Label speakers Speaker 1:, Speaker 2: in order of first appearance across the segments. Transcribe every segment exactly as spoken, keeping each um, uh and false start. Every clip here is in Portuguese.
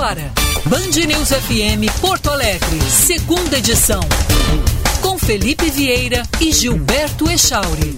Speaker 1: agora, Band News F M Porto Alegre, segunda edição, com Felipe Vieira e Gilberto Echauri.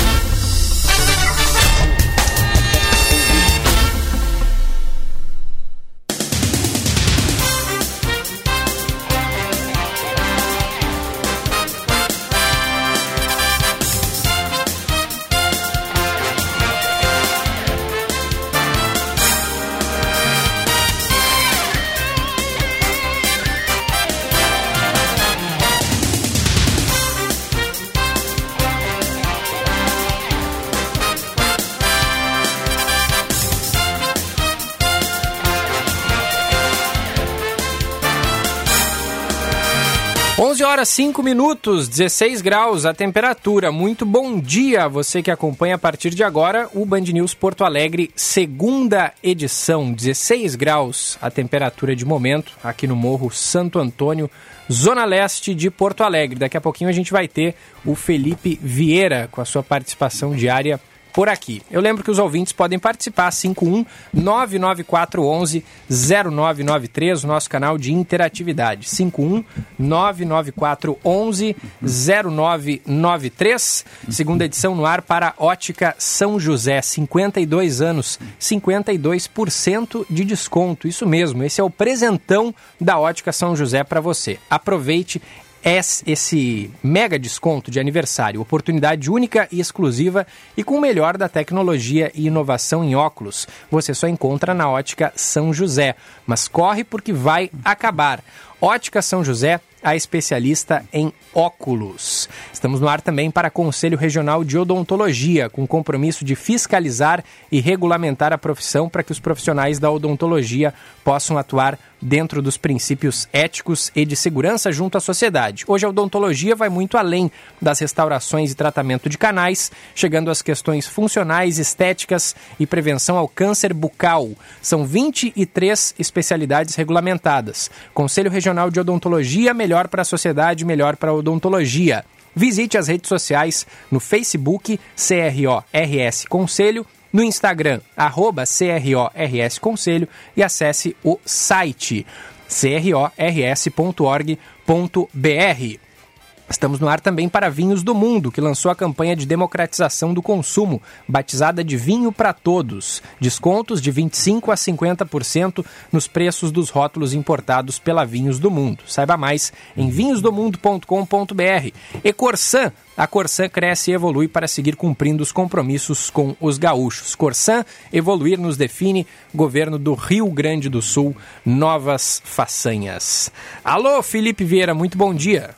Speaker 2: onze horas cinco minutos, dezesseis graus a temperatura. Muito bom dia a você que acompanha a partir de agora o Band News Porto Alegre, segunda edição. dezesseis graus a temperatura de momento aqui no Morro Santo Antônio, zona leste de Porto Alegre. Daqui a pouquinho a gente vai ter o Felipe Vieira com a sua participação diária por aqui. Eu lembro que os ouvintes podem participar, cinco um nove nove quatro um um zero nove nove três, o nosso canal de interatividade, cinco um nove nove quatro um um zero nove nove três, segunda edição no ar para Ótica São José, cinquenta e dois anos, cinquenta e dois por cento de desconto, isso mesmo, esse é o presentão da Ótica São José para você. Aproveite esse mega desconto de aniversário, oportunidade única e exclusiva e com o melhor da tecnologia e inovação em óculos. Você só encontra na Ótica São José, mas corre porque vai acabar. Ótica São José, a especialista em óculos. Estamos no ar também para Conselho Regional de Odontologia, com compromisso de fiscalizar e regulamentar a profissão para que os profissionais da odontologia possam atuar dentro dos princípios éticos e de segurança junto à sociedade. Hoje a odontologia vai muito além das restaurações e tratamento de canais, chegando às questões funcionais, estéticas e prevenção ao câncer bucal. São vinte e três especialidades regulamentadas. Conselho Regional de Odontologia, melhor para a sociedade, melhor para a odontologia. Visite as redes sociais no Facebook, C R O R S Conselho, no Instagram, arroba C R O R S Conselho e acesse o site c r o r s ponto org ponto b r. Estamos no ar também para Vinhos do Mundo, que lançou a campanha de democratização do consumo, batizada de Vinho para Todos. Descontos de vinte e cinco por cento a cinquenta por cento nos preços dos rótulos importados pela Vinhos do Mundo. Saiba mais em vinhos do mundo ponto com ponto b r. E Corsan, a Corsan cresce e evolui para seguir cumprindo os compromissos com os gaúchos. Corsan, evoluir nos define, governo do Rio Grande do Sul, novas façanhas. Alô, Felipe Vieira, muito bom dia.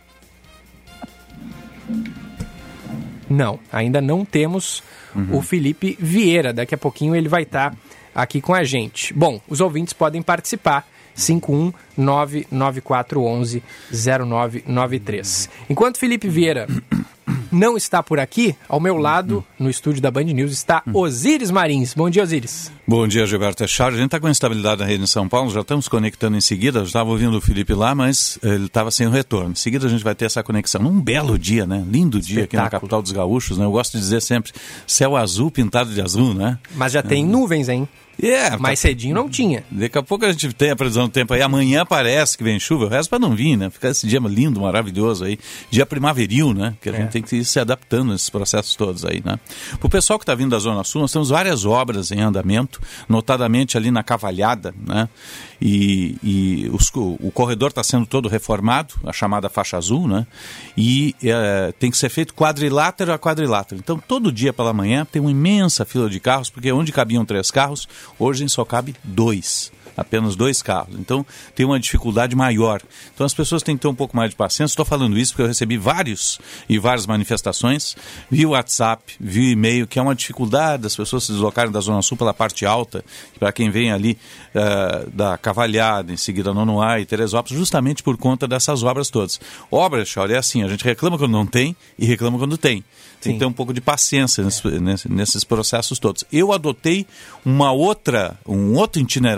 Speaker 2: Não, ainda não temos uhum. o Felipe Vieira. Daqui a pouquinho ele vai estar aqui com a gente. Bom, os ouvintes podem participar. cinco um nove nove quatro um um zero nove nove três. Enquanto Felipe Vieira não está por aqui, ao meu lado, no estúdio da Band News, está Osíris Marins. Bom dia, Osíris.
Speaker 3: Bom dia, Gilberto Echauri. A gente está com instabilidade na rede em São Paulo, já estamos conectando em seguida. Eu estava ouvindo o Felipe lá, mas ele estava sem o retorno. Em seguida a gente vai ter essa conexão. Num belo dia, né? Lindo dia aqui na capital dos gaúchos, né? Eu gosto de dizer sempre, céu azul pintado de azul, né?
Speaker 2: Mas já tem é. nuvens, hein?
Speaker 3: Yeah,
Speaker 2: mais tá... cedinho não tinha.
Speaker 3: Daqui a pouco a gente tem a previsão do tempo aí. Amanhã parece que vem chuva, o resto para não vir, né? Ficar esse dia lindo, maravilhoso aí. Dia primaveril, né? Que a é. gente tem que ir se adaptando nesses processos todos aí, né? Pro pessoal que está vindo da Zona Sul, nós temos várias obras em andamento, notadamente ali na Cavalhada, né? E, e os, o corredor está sendo todo reformado, a chamada faixa azul, né? E é, tem que ser feito quadrilátero a quadrilátero. Então, todo dia pela manhã tem uma imensa fila de carros, porque onde cabiam três carros, hoje só cabe dois. Apenas dois carros. Então, tem uma dificuldade maior. Então, as pessoas têm que ter um pouco mais de paciência. Estou falando isso porque eu recebi vários e várias manifestações, via WhatsApp, via e-mail, que é uma dificuldade das pessoas se deslocarem da Zona Sul pela parte alta, para quem vem ali uh, da Cavalhada, em seguida Nonoá e Teresópolis, justamente por conta dessas obras todas. Obras, Chauri, é assim, a gente reclama quando não tem e reclama quando tem. Tem que ter um pouco de paciência nesse, é. nesse, nesses processos todos. Eu adotei uma outra, um outro itinerário para poder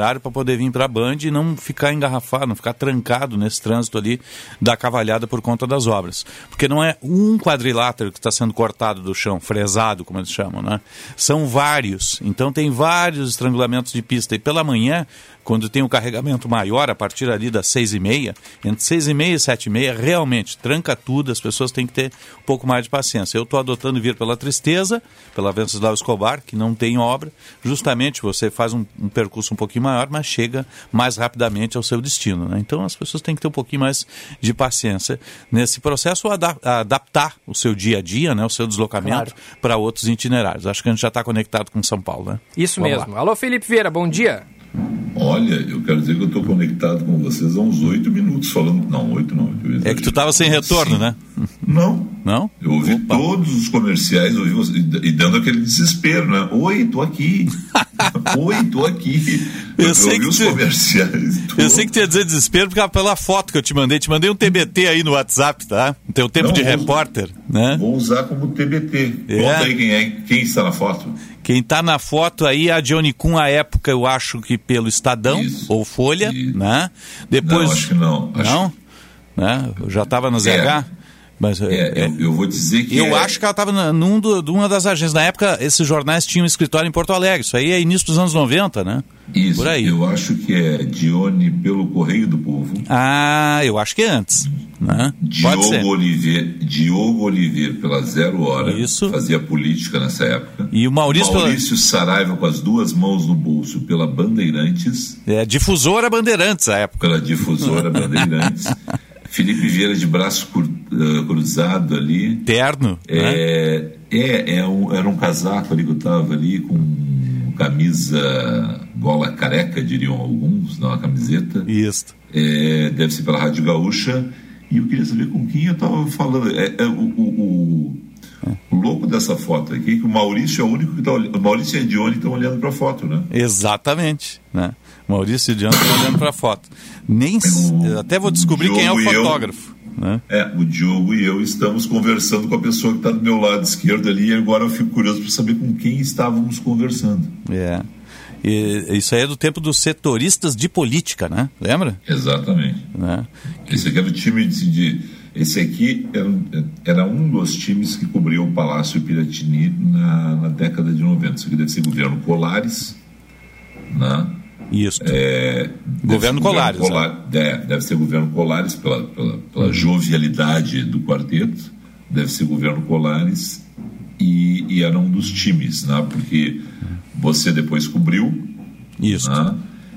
Speaker 3: poder vir para a Band e não ficar engarrafado, não ficar trancado nesse trânsito ali da Cavalhada por conta das obras. Porque não é um quadrilátero que está sendo cortado do chão, fresado, como eles chamam, né? São vários. Então tem vários estrangulamentos de pista. E pela manhã, quando tem um carregamento maior, a partir ali das seis e meia, entre seis e meia e sete e meia, realmente tranca tudo, as pessoas têm que ter um pouco mais de paciência. Eu estou adotando vir pela Tristeza, pela Venceslau Escobar, que não tem obra, justamente você faz um, um percurso um pouquinho maior, mas chega mais rapidamente ao seu destino, né? Então as pessoas têm que ter um pouquinho mais de paciência nesse processo, adap- adaptar o seu dia a dia, né, o seu deslocamento, claro, para outros itinerários. Acho que a gente já está conectado com São Paulo, né?
Speaker 2: Isso
Speaker 3: Vamos
Speaker 2: mesmo.
Speaker 3: lá.
Speaker 2: Alô, Felipe Vieira, bom dia.
Speaker 4: Olha, eu quero dizer que eu estou conectado com vocês há uns oito minutos falando... Não, oito não.
Speaker 3: É que tu estava sem retorno, sim, né?
Speaker 4: Não.
Speaker 3: Não?
Speaker 4: Eu ouvi Opa. todos os comerciais ouvi você, e dando aquele desespero, né? Oi, tô aqui. Oi, tô aqui. Eu, eu sei ouvi que os tu... comerciais. Tô...
Speaker 3: Eu sei que tu ia dizer desespero porque pela foto que eu te mandei. Te mandei um T B T aí no WhatsApp, tá? No teu tempo não, de repórter, né?
Speaker 4: Vou usar como T B T. É. Conta aí quem é, quem está na foto.
Speaker 3: Quem está na foto aí é a Johnny Kuhn, à época, eu acho que pelo Estadão, isso, ou Folha, isso, né? Depois...
Speaker 4: Não, acho que não. Acho...
Speaker 3: Não? Né? Eu já estava no Z H?
Speaker 4: É.
Speaker 3: Mas,
Speaker 4: é, é, eu, eu vou dizer que...
Speaker 3: Eu
Speaker 4: é...
Speaker 3: acho que ela estava num do, numa das agências. Na época, esses jornais tinham um escritório em Porto Alegre. Isso aí é início dos anos noventa, né?
Speaker 4: Isso,
Speaker 3: por aí.
Speaker 4: Eu acho que é Dione pelo Correio do Povo.
Speaker 3: Ah, eu acho que é antes. Né?
Speaker 4: Diogo Oliveira, Diogo Oliveira pela Zero Hora.
Speaker 3: Isso.
Speaker 4: Fazia política nessa época.
Speaker 3: E o Maurício...
Speaker 4: Maurício
Speaker 3: pela...
Speaker 4: Saraiva com as duas mãos no bolso pela Bandeirantes.
Speaker 3: É, difusora Bandeirantes, à época.
Speaker 4: Pela difusora Bandeirantes. Felipe Vieira de braço cruzado ali.
Speaker 3: Terno.
Speaker 4: É,
Speaker 3: né?
Speaker 4: é, é um, era um casaco ali que eu estava ali com camisa gola careca, diriam alguns, não a camiseta.
Speaker 3: Isso.
Speaker 4: É, deve ser pela Rádio Gaúcha. E eu queria saber com quem eu estava falando. É, é, o, o, o, o louco dessa foto aqui é que o Maurício é o único que está olhando. O Maurício e a Dione estão olhando para a foto, né?
Speaker 3: Exatamente, né? Maurício e a Dione estão olhando para a foto. Nem, o, até vou descobrir quem é o fotógrafo.
Speaker 4: Eu,
Speaker 3: né?
Speaker 4: É, o Diogo e eu estamos conversando com a pessoa que está do meu lado esquerdo ali, e agora eu fico curioso para saber com quem estávamos conversando.
Speaker 3: É. E isso aí é do tempo dos setoristas de política, né? Lembra?
Speaker 4: Exatamente.
Speaker 3: Né?
Speaker 4: Esse aqui era o time de... de esse aqui era, era um dos times que cobriu o Palácio Piratini na, na década de noventa. Isso aqui deve ser governo Colares, né?
Speaker 3: Isso.
Speaker 4: É,
Speaker 3: governo Colares.
Speaker 4: Governo Colar, é, deve ser governo Colares pela, pela, pela uhum. jovialidade do quarteto. Deve ser governo Colares e, e era um dos times, né? Porque você depois cobriu.
Speaker 3: Isso.
Speaker 4: Né?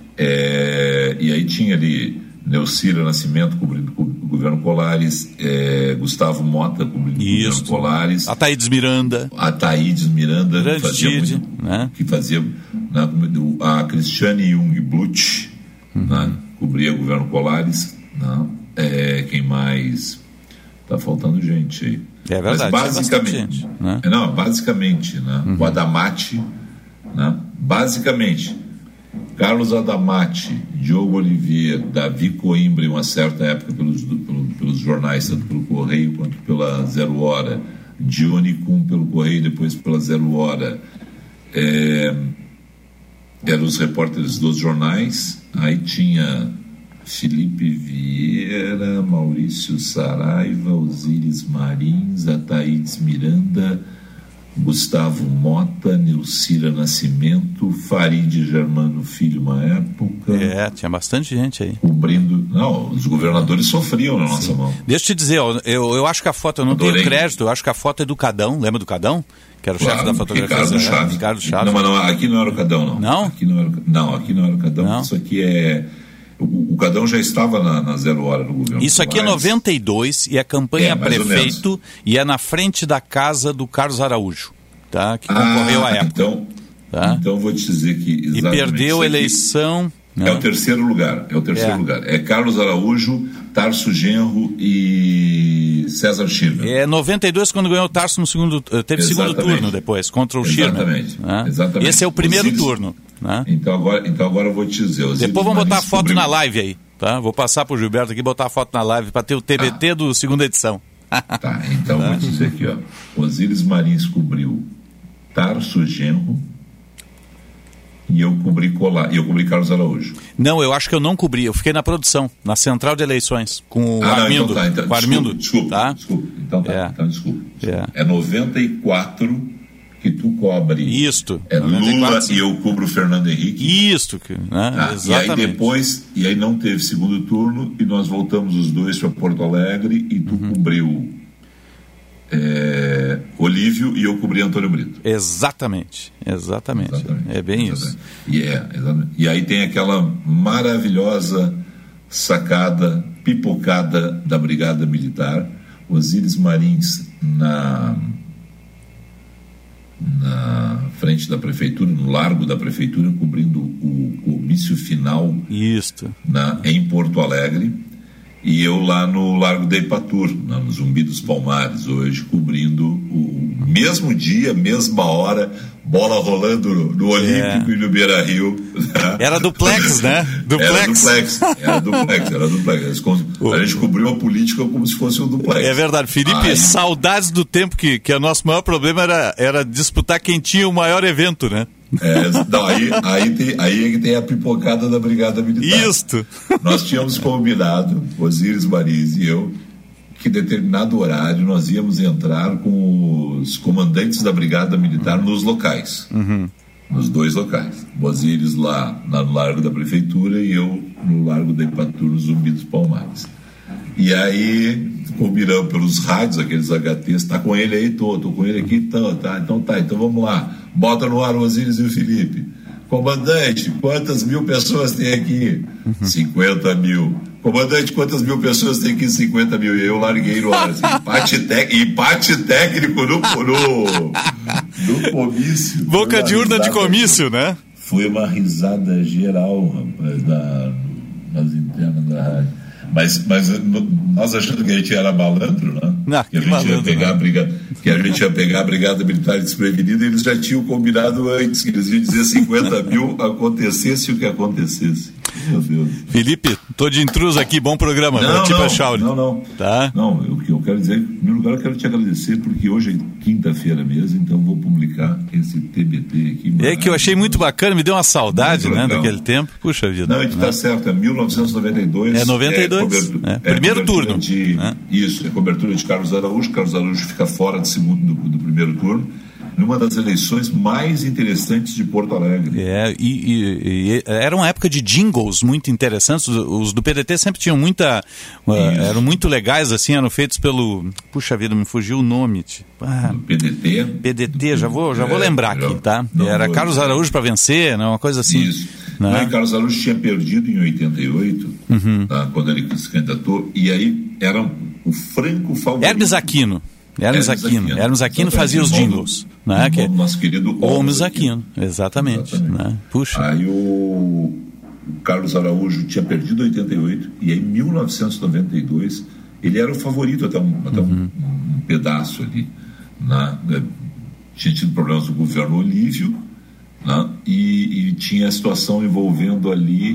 Speaker 4: É, e aí tinha ali Neucírio Nascimento cobrindo o governo Colares, é, Gustavo Mota cobrindo o governo Colares,
Speaker 3: Ataídes Miranda,
Speaker 4: Ataídes Miranda
Speaker 3: que fazia,
Speaker 4: Dide,
Speaker 3: muito, né?
Speaker 4: que fazia né, a Cristiane Jung Bluth, uhum. né, cobria o governo Colares, né? É, quem mais? Tá faltando gente aí.
Speaker 3: É verdade.
Speaker 4: Mas basicamente,
Speaker 3: gente, né?
Speaker 4: não, basicamente, né?
Speaker 3: Uhum.
Speaker 4: O Adamati, né? Basicamente, Carlos Adamati, Diogo Oliveira, Davi Coimbra, em uma certa época pelos, pelo, pelos jornais, tanto pelo Correio quanto pela Zero Hora, Dione Kuhn pelo Correio e depois pela Zero Hora, é, eram os repórteres dos jornais. Aí tinha Felipe Vieira, Maurício Saraiva, Osíris Marins, Ataídes Miranda, Gustavo Mota, Neucíria Nascimento, Farid Germano Filho, uma época.
Speaker 3: É, tinha bastante gente aí.
Speaker 4: Cobrindo. Não, os governadores sofriam na nossa Sim. mão.
Speaker 3: Deixa eu te dizer, eu, eu acho que a foto, eu não
Speaker 4: Adorei.
Speaker 3: tenho crédito, eu acho que a foto é do Cadão, lembra do Cadão? Que era o
Speaker 4: claro,
Speaker 3: chefe da fotografia.
Speaker 4: Ricardo Chaves.
Speaker 3: Ricardo Chaves.
Speaker 4: Não, mas não, aqui não era o Cadão, não.
Speaker 3: Não?
Speaker 4: Aqui não era, não, aqui não era o Cadão.
Speaker 3: Não.
Speaker 4: Isso aqui é... O, o Cadão já estava na, na Zero Hora no governo.
Speaker 3: Isso aqui é noventa e dois e a campanha
Speaker 4: é,
Speaker 3: prefeito e é na frente da casa do Carlos Araújo. Tá, que concorreu
Speaker 4: ah,
Speaker 3: à época.
Speaker 4: Então,
Speaker 3: tá?
Speaker 4: então vou te dizer que
Speaker 3: exatamente. E perdeu a eleição.
Speaker 4: Né? É o terceiro lugar. É o terceiro
Speaker 3: é.
Speaker 4: lugar. É Carlos Araújo, Tarso Genro e César Schirmer.
Speaker 3: É noventa e dois quando ganhou o Tarso no segundo, teve exatamente. segundo turno depois contra o Schirmer.
Speaker 4: Exatamente.
Speaker 3: Né?
Speaker 4: Exatamente.
Speaker 3: Esse é o primeiro
Speaker 4: Osíris,
Speaker 3: turno. Né?
Speaker 4: Então agora, então agora eu vou te dizer. Osíris
Speaker 3: depois vamos botar a foto
Speaker 4: cobriu...
Speaker 3: na live aí, tá? Vou passar pro Gilberto aqui botar a foto na live para ter o T B T ah. do segunda edição.
Speaker 4: Tá, então tá. Vou te dizer aqui, ó. Osíris Marins cobriu Tarso Genro, e eu cobri colar, e eu cobri Carlos Araújo.
Speaker 3: Não, eu acho que eu não cobri, eu fiquei na produção, na central de eleições, com o
Speaker 4: ah,
Speaker 3: Armindo.
Speaker 4: Não, então tá, então,
Speaker 3: com Armindo,
Speaker 4: desculpa,
Speaker 3: tá?
Speaker 4: desculpa, então tá,
Speaker 3: é.
Speaker 4: então desculpa. desculpa.
Speaker 3: É.
Speaker 4: é noventa e quatro que tu cobre.
Speaker 3: Isto.
Speaker 4: É
Speaker 3: noventa e quatro,
Speaker 4: Lula
Speaker 3: sim.
Speaker 4: e eu cubro o Fernando Henrique.
Speaker 3: Isto, que, né?
Speaker 4: Ah,
Speaker 3: Exatamente.
Speaker 4: E aí depois, e aí não teve segundo turno e nós voltamos os dois para Porto Alegre e tu uhum. cobriu é, Olívio e eu cobri Antônio Brito.
Speaker 3: Exatamente, exatamente. exatamente. É bem exatamente. isso.
Speaker 4: E, é, exatamente. E aí tem aquela maravilhosa sacada, pipocada da Brigada Militar, Osíris Marins na... na frente da prefeitura, no largo da prefeitura, cobrindo o comício final
Speaker 3: Isto.
Speaker 4: Na, em Porto Alegre, e eu lá no Largo da Ipatur, na, no Zumbi dos Palmares, hoje cobrindo o mesmo dia, mesma hora, bola rolando no, no Olímpico é. e no Beira-Rio.
Speaker 3: Era duplex, né? Duplex.
Speaker 4: Era duplex, era duplex, era duplex. A gente cobriu a política como se fosse um duplex.
Speaker 3: É verdade. Felipe, aí... saudades do tempo que, que o nosso maior problema era, era disputar quem tinha o maior evento, né?
Speaker 4: É, não, aí, aí, tem, aí é que tem a pipocada da Brigada Militar.
Speaker 3: Isto!
Speaker 4: Nós tínhamos combinado, Osíris Marins e eu, que em determinado horário nós íamos entrar com os comandantes da Brigada Militar uhum. nos locais.
Speaker 3: Uhum.
Speaker 4: Nos dois locais. O Osíris lá no Largo da Prefeitura e eu no Largo da Ipatur, no Zumbi dos Palmares. E aí, combinamos pelos rádios, aqueles H Ts, tá com ele aí, tô, tô com ele aqui, então tá, então tá, então vamos lá. Bota no ar o Osíris e o Felipe. Comandante, quantas mil pessoas tem aqui? Uhum. cinquenta mil. Comandante, quantas mil pessoas tem aqui? cinquenta mil. E eu larguei no ar, assim, empate, tec... empate técnico no, no, no comício.
Speaker 3: Boca de urna de comício, né?
Speaker 4: Foi uma risada geral, rapaz, da, nas internas da rádio. Mas, mas nós achando que a gente era malandro, né?
Speaker 3: Não,
Speaker 4: que, a gente malandro, ia pegar a brigada, que a gente ia pegar a Brigada Militar desprevenida, eles já tinham combinado antes, que eles iam dizer cinquenta mil, acontecesse o que acontecesse. Meu Deus.
Speaker 3: Felipe, tô de intruso aqui, bom programa.
Speaker 4: Não,
Speaker 3: tipo
Speaker 4: não, não, não.
Speaker 3: Tá?
Speaker 4: Não, o que eu quero dizer, em primeiro lugar, eu quero te agradecer, porque hoje é quinta-feira mesmo, então vou publicar esse T B T aqui.
Speaker 3: É que eu achei muito bacana, me deu uma saudade, né, daquele tempo. Puxa vida.
Speaker 4: Não, a gente
Speaker 3: né?
Speaker 4: tá certo, é mil novecentos e noventa e dois.
Speaker 3: É noventa e dois. É cobertura, é. Primeiro
Speaker 4: é
Speaker 3: turno.
Speaker 4: De,
Speaker 3: é.
Speaker 4: Isso, é cobertura de Carlos Araújo. Carlos Araújo fica fora do, segundo, do, do primeiro turno, numa das eleições mais interessantes de Porto Alegre.
Speaker 3: É, e, e, e era uma época de jingles muito interessantes. Os, os do P D T sempre tinham muita... Uh, eram muito legais, assim, eram feitos pelo... Puxa vida, me fugiu o nome. Tipo, ah,
Speaker 4: do P D T?
Speaker 3: P D T, já vou, já vou é, lembrar aqui, tá? Era vou, Carlos Araújo para vencer, né? Uma coisa assim.
Speaker 4: Isso.
Speaker 3: Né?
Speaker 4: Mas Carlos Araújo tinha perdido em oitenta e oito,
Speaker 3: uhum.
Speaker 4: tá, quando ele se candidatou, e aí era o franco favorito.
Speaker 3: Hermes Aquino. Hermes Aquino. Aquino. Hermes Aquino fazia os jingles. Né?
Speaker 4: Que, nosso querido
Speaker 3: Hermes Aquino. Exatamente. Exatamente. Né? Puxa.
Speaker 4: Aí o, o Carlos Araújo tinha perdido em oitenta e oito, e aí em mil novecentos e noventa e dois ele era o favorito até um, até uhum. um, um pedaço ali. Né? Tinha tido problemas do governo Olívio, né? e, e tinha a situação envolvendo ali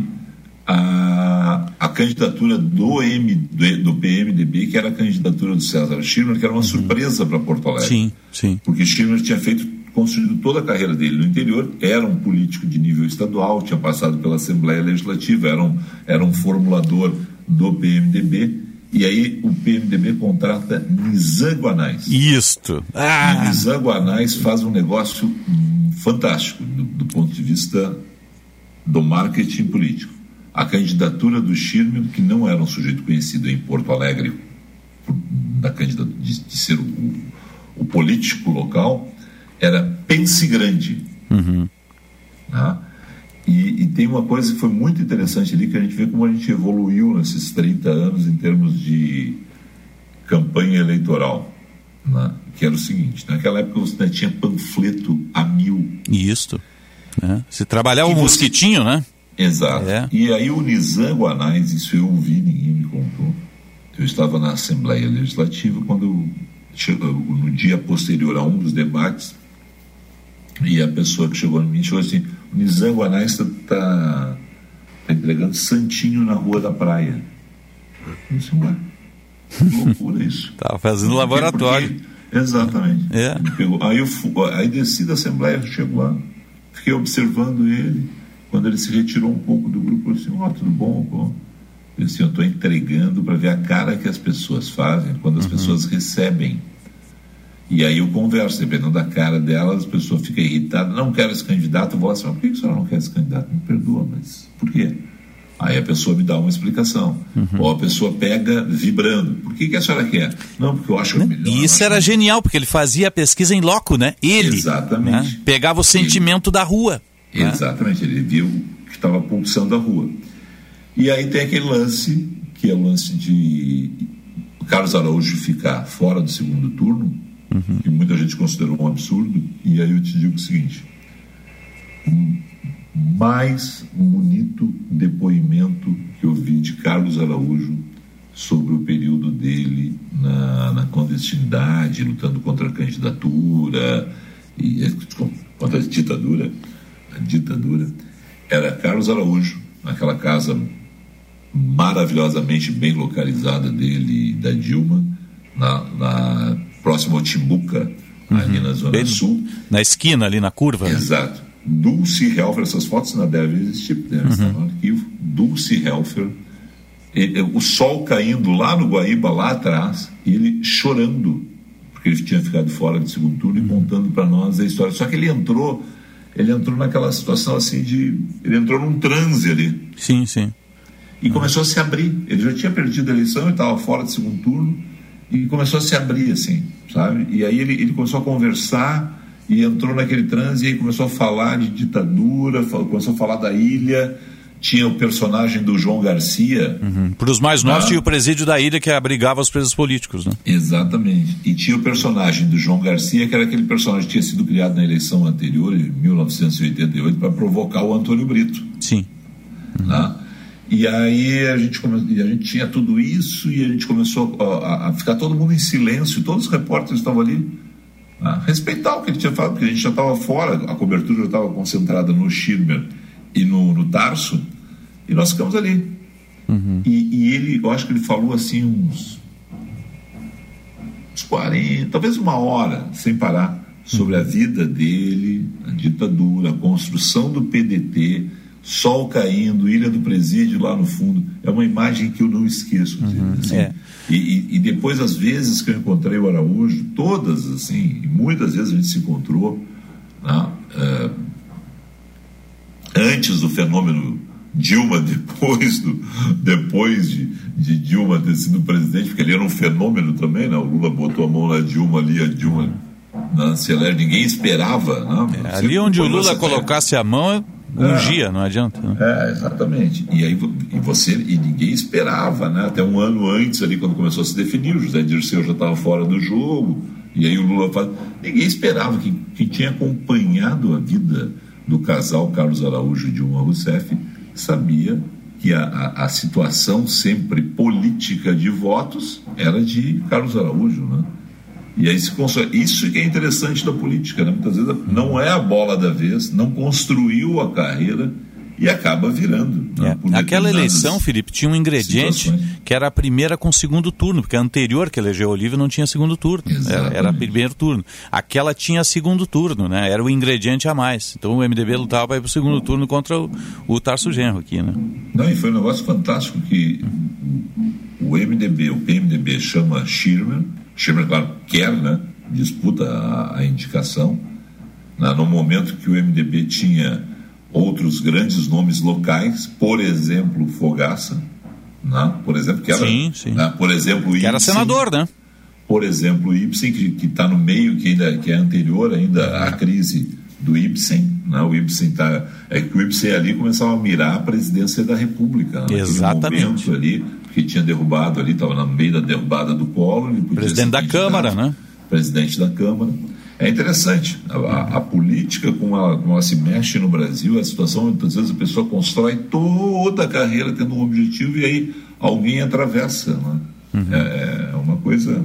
Speaker 4: A, a candidatura do, M, do, do P M D B, que era a candidatura do César Schirmer, que era uma uhum. surpresa para Porto Alegre.
Speaker 3: Sim, sim.
Speaker 4: Porque Schirmer tinha feito, construído toda a carreira dele no interior, era um político de nível estadual, tinha passado pela Assembleia Legislativa, era um, era um formulador do P M D B, e aí o P M D B contrata Nizam Guanais.
Speaker 3: Isto! Ah.
Speaker 4: E Nizam Guanais faz um negócio hum, fantástico do, do ponto de vista do marketing político. A candidatura do Schirmer, que não era um sujeito conhecido em Porto Alegre, da candidatura de, de ser o, o político local, era pense grande.
Speaker 3: Uhum.
Speaker 4: Né? E, e tem uma coisa que foi muito interessante ali, que a gente vê como a gente evoluiu nesses trinta anos em termos de campanha eleitoral. Né? Que era o seguinte, naquela época você tinha panfleto a mil.
Speaker 3: Isso. É. Se trabalhava o você... mosquitinho, né?
Speaker 4: Exato. É. E aí o Nizam Guanais, isso eu ouvi, ninguém me contou. Eu estava na Assembleia Legislativa quando, no dia posterior a um dos debates, e a pessoa que chegou em mim chegou assim: o Nizam Guanais está tá, tá entregando santinho na Rua da Praia. Eu disse, ué, que loucura isso.
Speaker 3: Estava fazendo porque, laboratório.
Speaker 4: Porque, exatamente.
Speaker 3: É.
Speaker 4: Pegou, aí, eu, aí desci da Assembleia, chego lá, fiquei observando ele. Quando ele se retirou um pouco do grupo, eu disse, ó, oh, tudo bom, pô. Eu disse, eu estou entregando para ver a cara que as pessoas fazem quando as uhum. pessoas recebem. E aí eu converso, dependendo da cara delas, a pessoa fica irritada, não quero esse candidato, eu vou lá assim, por que a senhora não quer esse candidato? Me perdoa, mas por quê? Aí a pessoa me dá uma explicação. Uhum. Ou a pessoa pega vibrando. Por que, que a senhora quer? Não, porque eu acho
Speaker 3: não,
Speaker 4: melhor.
Speaker 3: E isso era
Speaker 4: acho...
Speaker 3: genial, porque ele fazia a pesquisa em loco, né? Ele.
Speaker 4: Exatamente.
Speaker 3: Né? Pegava o sentimento ele... da rua.
Speaker 4: Exatamente, né? Ele viu que estava pulsando a rua. E aí tem aquele lance, que é o lance de Carlos Araújo ficar fora do segundo turno, uhum. que muita gente considerou um absurdo, e aí eu te digo o seguinte, um mais bonito depoimento que eu vi de Carlos Araújo sobre o período dele na, na clandestinidade, lutando contra a candidatura, e, contra a ditadura, a ditadura, era Carlos Araújo, naquela casa maravilhosamente bem localizada dele e da Dilma, na, na próxima ao Timbuca, uhum. ali na Zona bem Sul.
Speaker 3: Na esquina, ali na curva.
Speaker 4: Exato. Né? Dulce Helfer, essas fotos não devem existir, devem estar no arquivo. Dulce Helfer, ele, o sol caindo lá no Guaíba, lá atrás, e ele chorando, porque ele tinha ficado fora do segundo turno, uhum. e contando para nós a história. Só que ele entrou, ele entrou naquela situação assim de... Ele entrou num transe ali.
Speaker 3: Sim, sim.
Speaker 4: E começou a se abrir. Ele já tinha perdido a eleição, ele estava fora do segundo turno, e começou a se abrir, assim, sabe? E aí ele, ele começou a conversar, e entrou naquele transe, e aí começou a falar de ditadura, começou a falar da ilha, tinha o personagem do João Garcia.
Speaker 3: Uhum. Para os mais novos, tinha o presídio da ilha que abrigava os presos políticos, né?
Speaker 4: Exatamente. E tinha o personagem do João Garcia, que era aquele personagem que tinha sido criado na eleição anterior, em mil novecentos e oitenta e oito, para provocar o Antônio Brito.
Speaker 3: Sim.
Speaker 4: Uhum. Né? E aí a gente, come... a gente tinha tudo isso, e a gente começou a, a ficar todo mundo em silêncio, todos os repórteres estavam ali, a respeitar o que ele tinha falado, porque a gente já estava fora, a cobertura já estava concentrada no Schirmer e no, no Tarso, e nós ficamos ali. Uhum. E, e ele, eu acho que ele falou assim uns, uns quarenta, talvez uma hora, sem parar, sobre uhum. a vida dele, a ditadura, a construção do P D T, sol caindo, Ilha do Presídio lá no fundo. É uma imagem que eu não esqueço.
Speaker 3: Uhum.
Speaker 4: Assim.
Speaker 3: É.
Speaker 4: E, e, e depois, as vezes que eu encontrei o Araújo, todas, assim, e muitas vezes a gente se encontrou, né, é, antes do fenômeno Dilma, depois, do, depois de, de Dilma ter sido presidente, porque ali era um fenômeno também, né? O Lula botou a mão na Dilma ali, a Dilma na Celeste, ninguém esperava. Né?
Speaker 3: É, ali onde o Lula colocasse a mão, ungia, é, não adianta. Né?
Speaker 4: É, exatamente. E aí e você, e ninguém esperava, né? Até um ano antes, ali, quando começou a se definir, o José Dirceu já estava fora do jogo, e aí o Lula faz. Ninguém esperava, que, que tinha acompanhado a vida do casal Carlos Araújo e Dilma Rousseff sabia que a, a, a situação sempre política de votos era de Carlos Araújo, né? E aí se consola. Isso que é interessante da política, né? Muitas vezes não é a bola da vez, não construiu a carreira e acaba virando.
Speaker 3: É.
Speaker 4: Né?
Speaker 3: Aquela eleição, Felipe, tinha um ingrediente situações. Que era a primeira com segundo turno, porque a anterior que elegeu Olívio não tinha segundo turno, era, era primeiro turno. Aquela tinha segundo turno, né? Era o ingrediente a mais. Então o M D B lutava para ir para o segundo turno contra o, o Tarso Genro aqui, né?
Speaker 4: Não, e foi um negócio fantástico que o M D B, o P M D B chama Schirmer, Schirmer, claro, quer, né? Disputa a, a indicação, né? No momento que o M D B tinha outros grandes nomes locais, por exemplo, Fogaça, né? Por exemplo, que era,
Speaker 3: sim, sim.
Speaker 4: Né? Por exemplo,
Speaker 3: que
Speaker 4: Ibsen,
Speaker 3: era senador, né?
Speaker 4: Por exemplo, o Ibsen, que está no meio, que, ainda, que é anterior ainda à crise do Ibsen, né? O Ibsen tá, é que o Ibsen ali começava a mirar a presidência da República, né?
Speaker 3: Exatamente.
Speaker 4: Momento ali, que tinha derrubado ali, estava no meio da derrubada do Collor, ele podia
Speaker 3: presidente da Câmara, né?
Speaker 4: Presidente da Câmara. É interessante, a, a, a política, como ela, como ela se mexe no Brasil, a situação, muitas vezes a pessoa constrói toda a carreira tendo um objetivo e aí alguém atravessa, né? Uhum. É, é uma coisa...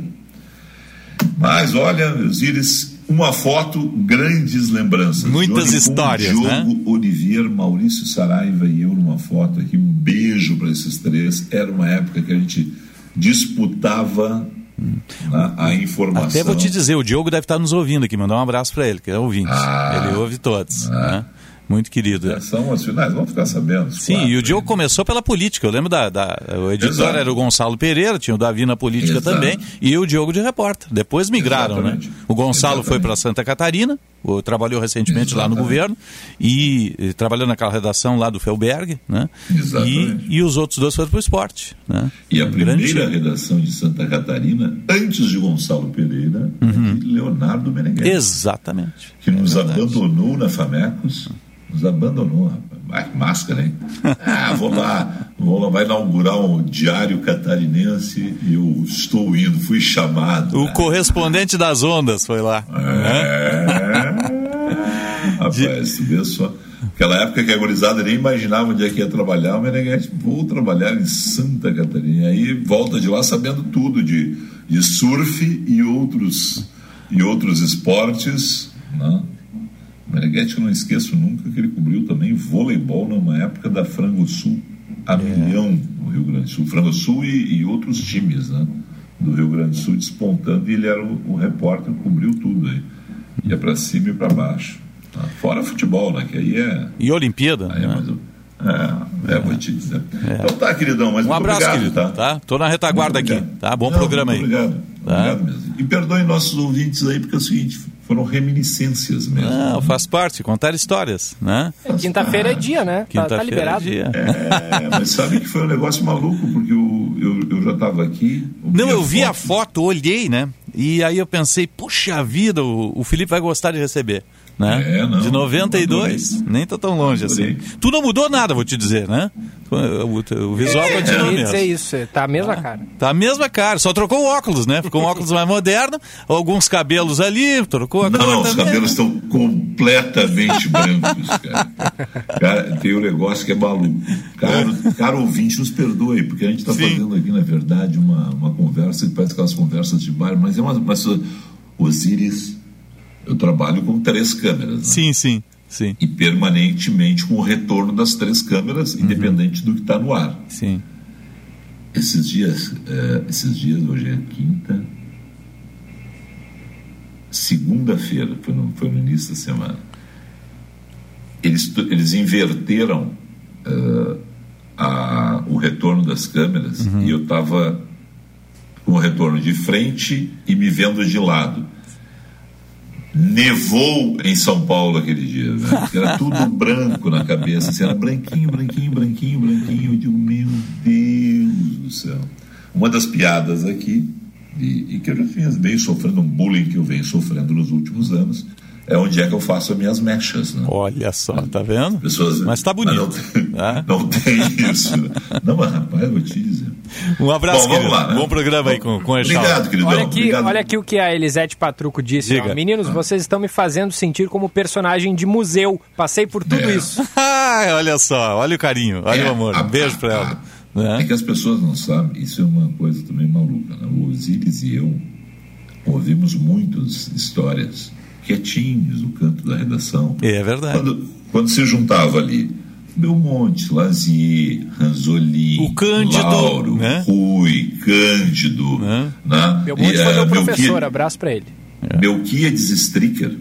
Speaker 4: Mas olha, Osíris, uma foto, grandes lembranças.
Speaker 3: Muitas
Speaker 4: Johnny
Speaker 3: histórias,
Speaker 4: Kuhn,
Speaker 3: né?
Speaker 4: Diogo Olivier, Maurício Saraiva e eu numa foto aqui, um beijo para esses três. Era uma época que a gente disputava hum. a, a informação.
Speaker 3: Até vou te dizer, o Diogo deve estar nos ouvindo aqui, mandar um abraço para ele, que é ouvinte.
Speaker 4: Ah,
Speaker 3: ele ouve todos,
Speaker 4: ah.
Speaker 3: né? muito querido.
Speaker 4: É, são as finais, vamos ficar sabendo.
Speaker 3: Sim,
Speaker 4: quatro,
Speaker 3: e o Diogo
Speaker 4: aí.
Speaker 3: começou pela política. Eu lembro da, da o editor
Speaker 4: Exato.
Speaker 3: era o Gonçalo Pereira, tinha o Davi na política
Speaker 4: Exato.
Speaker 3: também, e o Diogo de repórter. Depois migraram,
Speaker 4: Exatamente.
Speaker 3: né? O Gonçalo
Speaker 4: Exatamente.
Speaker 3: foi para Santa Catarina, o, trabalhou recentemente
Speaker 4: Exatamente.
Speaker 3: lá no governo, e, e trabalhou naquela redação lá do Felberg, né?
Speaker 4: Exatamente.
Speaker 3: E, e os outros dois foram para o esporte. Né?
Speaker 4: E a
Speaker 3: Um
Speaker 4: primeira
Speaker 3: grande...
Speaker 4: redação de Santa Catarina, antes de Gonçalo Pereira,
Speaker 3: Uhum.
Speaker 4: é de Leonardo Meneghetti.
Speaker 3: Exatamente.
Speaker 4: Que nos
Speaker 3: É verdade.
Speaker 4: abandonou na Famecos, nos abandonou, rapaz. Ai, máscara, hein? Ah, vou lá, vou lá, vai inaugurar um diário catarinense e eu estou indo, fui chamado.
Speaker 3: O correspondente das ondas foi lá.
Speaker 4: É... Rapaz, tu vê só. Aquela época que a gurizada nem imaginava onde é que ia trabalhar, o Meneghetti, vou trabalhar em Santa Catarina. Aí volta de lá sabendo tudo de, de surf e outros, e outros esportes, né? O Meneghetti, eu não esqueço nunca que ele cobriu também voleibol numa época da Frango Sul, a milhão no Rio Grande do Sul. Frango Sul e, e outros times, né, do Rio Grande do Sul despontando, e ele era o, o repórter que cobriu tudo aí. Ia para cima e para baixo. Tá? Fora futebol, né, que aí é...
Speaker 3: E Olimpíada.
Speaker 4: Aí é,
Speaker 3: né?
Speaker 4: mais um... é, é, vou te dizer. É. Então tá, queridão, mas
Speaker 3: Um
Speaker 4: muito
Speaker 3: abraço,
Speaker 4: obrigado,
Speaker 3: querido.
Speaker 4: tá?
Speaker 3: Tá? Tô na retaguarda
Speaker 4: Muito
Speaker 3: aqui.
Speaker 4: obrigado.
Speaker 3: Tá? Bom
Speaker 4: Não,
Speaker 3: programa aí.
Speaker 4: Obrigado.
Speaker 3: Tá?
Speaker 4: Obrigado mesmo. E perdoem nossos ouvintes aí, porque é o seguinte, foram reminiscências mesmo.
Speaker 3: Não, faz parte, contar histórias, né?
Speaker 2: É, quinta-feira é dia, né? Tá,
Speaker 3: Quinta-feira
Speaker 2: tá liberado.
Speaker 3: é dia.
Speaker 4: É, mas sabe que foi um negócio maluco, porque eu, eu, eu já estava aqui...
Speaker 3: Não, eu vi a
Speaker 4: foto.
Speaker 3: foto, olhei, né? E aí eu pensei, puxa vida, o, o Felipe vai gostar de receber. Né?
Speaker 4: É, não,
Speaker 3: de noventa e dois,
Speaker 4: adorei.
Speaker 3: nem tá tão longe
Speaker 4: Adorei.
Speaker 3: assim. Tu não mudou nada, vou te dizer, né? O, o, o visual
Speaker 2: Eu
Speaker 3: continua
Speaker 2: ia
Speaker 3: mesmo.
Speaker 2: dizer isso, tá a mesma cara.
Speaker 3: Tá a mesma cara, só trocou o óculos, né? Ficou um óculos mais moderno, alguns cabelos ali, trocou a
Speaker 4: Não,
Speaker 3: cor
Speaker 4: os
Speaker 3: também.
Speaker 4: cabelos estão completamente brancos, cara. Cara, tem um negócio que é maluco. Caro, caro ouvinte, nos perdoe aí, porque a gente está
Speaker 3: Sim.
Speaker 4: fazendo aqui, na verdade, uma, uma conversa, que parece aquelas conversas de bar, mas é uma... Mas, Osíris, eu trabalho com três câmeras, né?
Speaker 3: Sim, sim, sim.
Speaker 4: E permanentemente com o retorno das três câmeras,
Speaker 3: Uhum.
Speaker 4: independente do que está no ar.
Speaker 3: Sim.
Speaker 4: Esses dias, é, esses dias, hoje é quinta, segunda-feira, foi no, foi no início da semana, eles, eles inverteram uh, a, o retorno das câmeras, uhum. e eu estava com o retorno de frente e me vendo de lado. Nevou em São Paulo aquele dia, né? Era tudo branco na cabeça, assim, era branquinho, branquinho, branquinho, branquinho. Eu digo, meu Deus do céu. Uma das piadas aqui, e, e que eu já venho, venho sofrendo um bullying que eu venho sofrendo nos últimos anos, é onde é que eu faço as minhas mechas, né?
Speaker 3: Olha só, tá vendo?
Speaker 4: Pessoas,
Speaker 3: mas tá bonito.
Speaker 4: Mas não, tem,
Speaker 3: tá?
Speaker 4: não tem isso. Né? Não, mas rapaz, eu vou te dizer.
Speaker 3: Um abraço,
Speaker 4: Bom,
Speaker 3: querido.
Speaker 4: lá, né?
Speaker 3: Bom programa aí com, com o Echal.
Speaker 4: Obrigado, queridão.
Speaker 2: Olha aqui,
Speaker 4: Obrigado.
Speaker 2: olha aqui o que a Elisete Patruco disse. Ó. Meninos, vocês estão me fazendo sentir como personagem de museu. Passei por tudo
Speaker 4: É.
Speaker 2: isso.
Speaker 3: Olha só, olha o carinho, olha
Speaker 4: É,
Speaker 3: o amor.
Speaker 4: a-
Speaker 3: Um beijo pra
Speaker 4: a-
Speaker 3: ela. Né?
Speaker 4: É que as pessoas não sabem, isso é uma coisa também maluca, né? O Osíris e eu ouvimos muitas histórias quietinhos no canto da redação.
Speaker 3: É verdade.
Speaker 4: Quando, quando se juntava ali Belmonte, Lazier, Ranzolin,
Speaker 3: O Cândido,
Speaker 4: Lauro,
Speaker 3: né?
Speaker 4: Rui, Cândido,
Speaker 3: Né?
Speaker 4: né?
Speaker 2: Belmonte
Speaker 4: E,
Speaker 2: foi
Speaker 4: eh,
Speaker 2: meu professor,
Speaker 4: Melquia-
Speaker 2: abraço pra ele.
Speaker 4: Melquíades Stricker.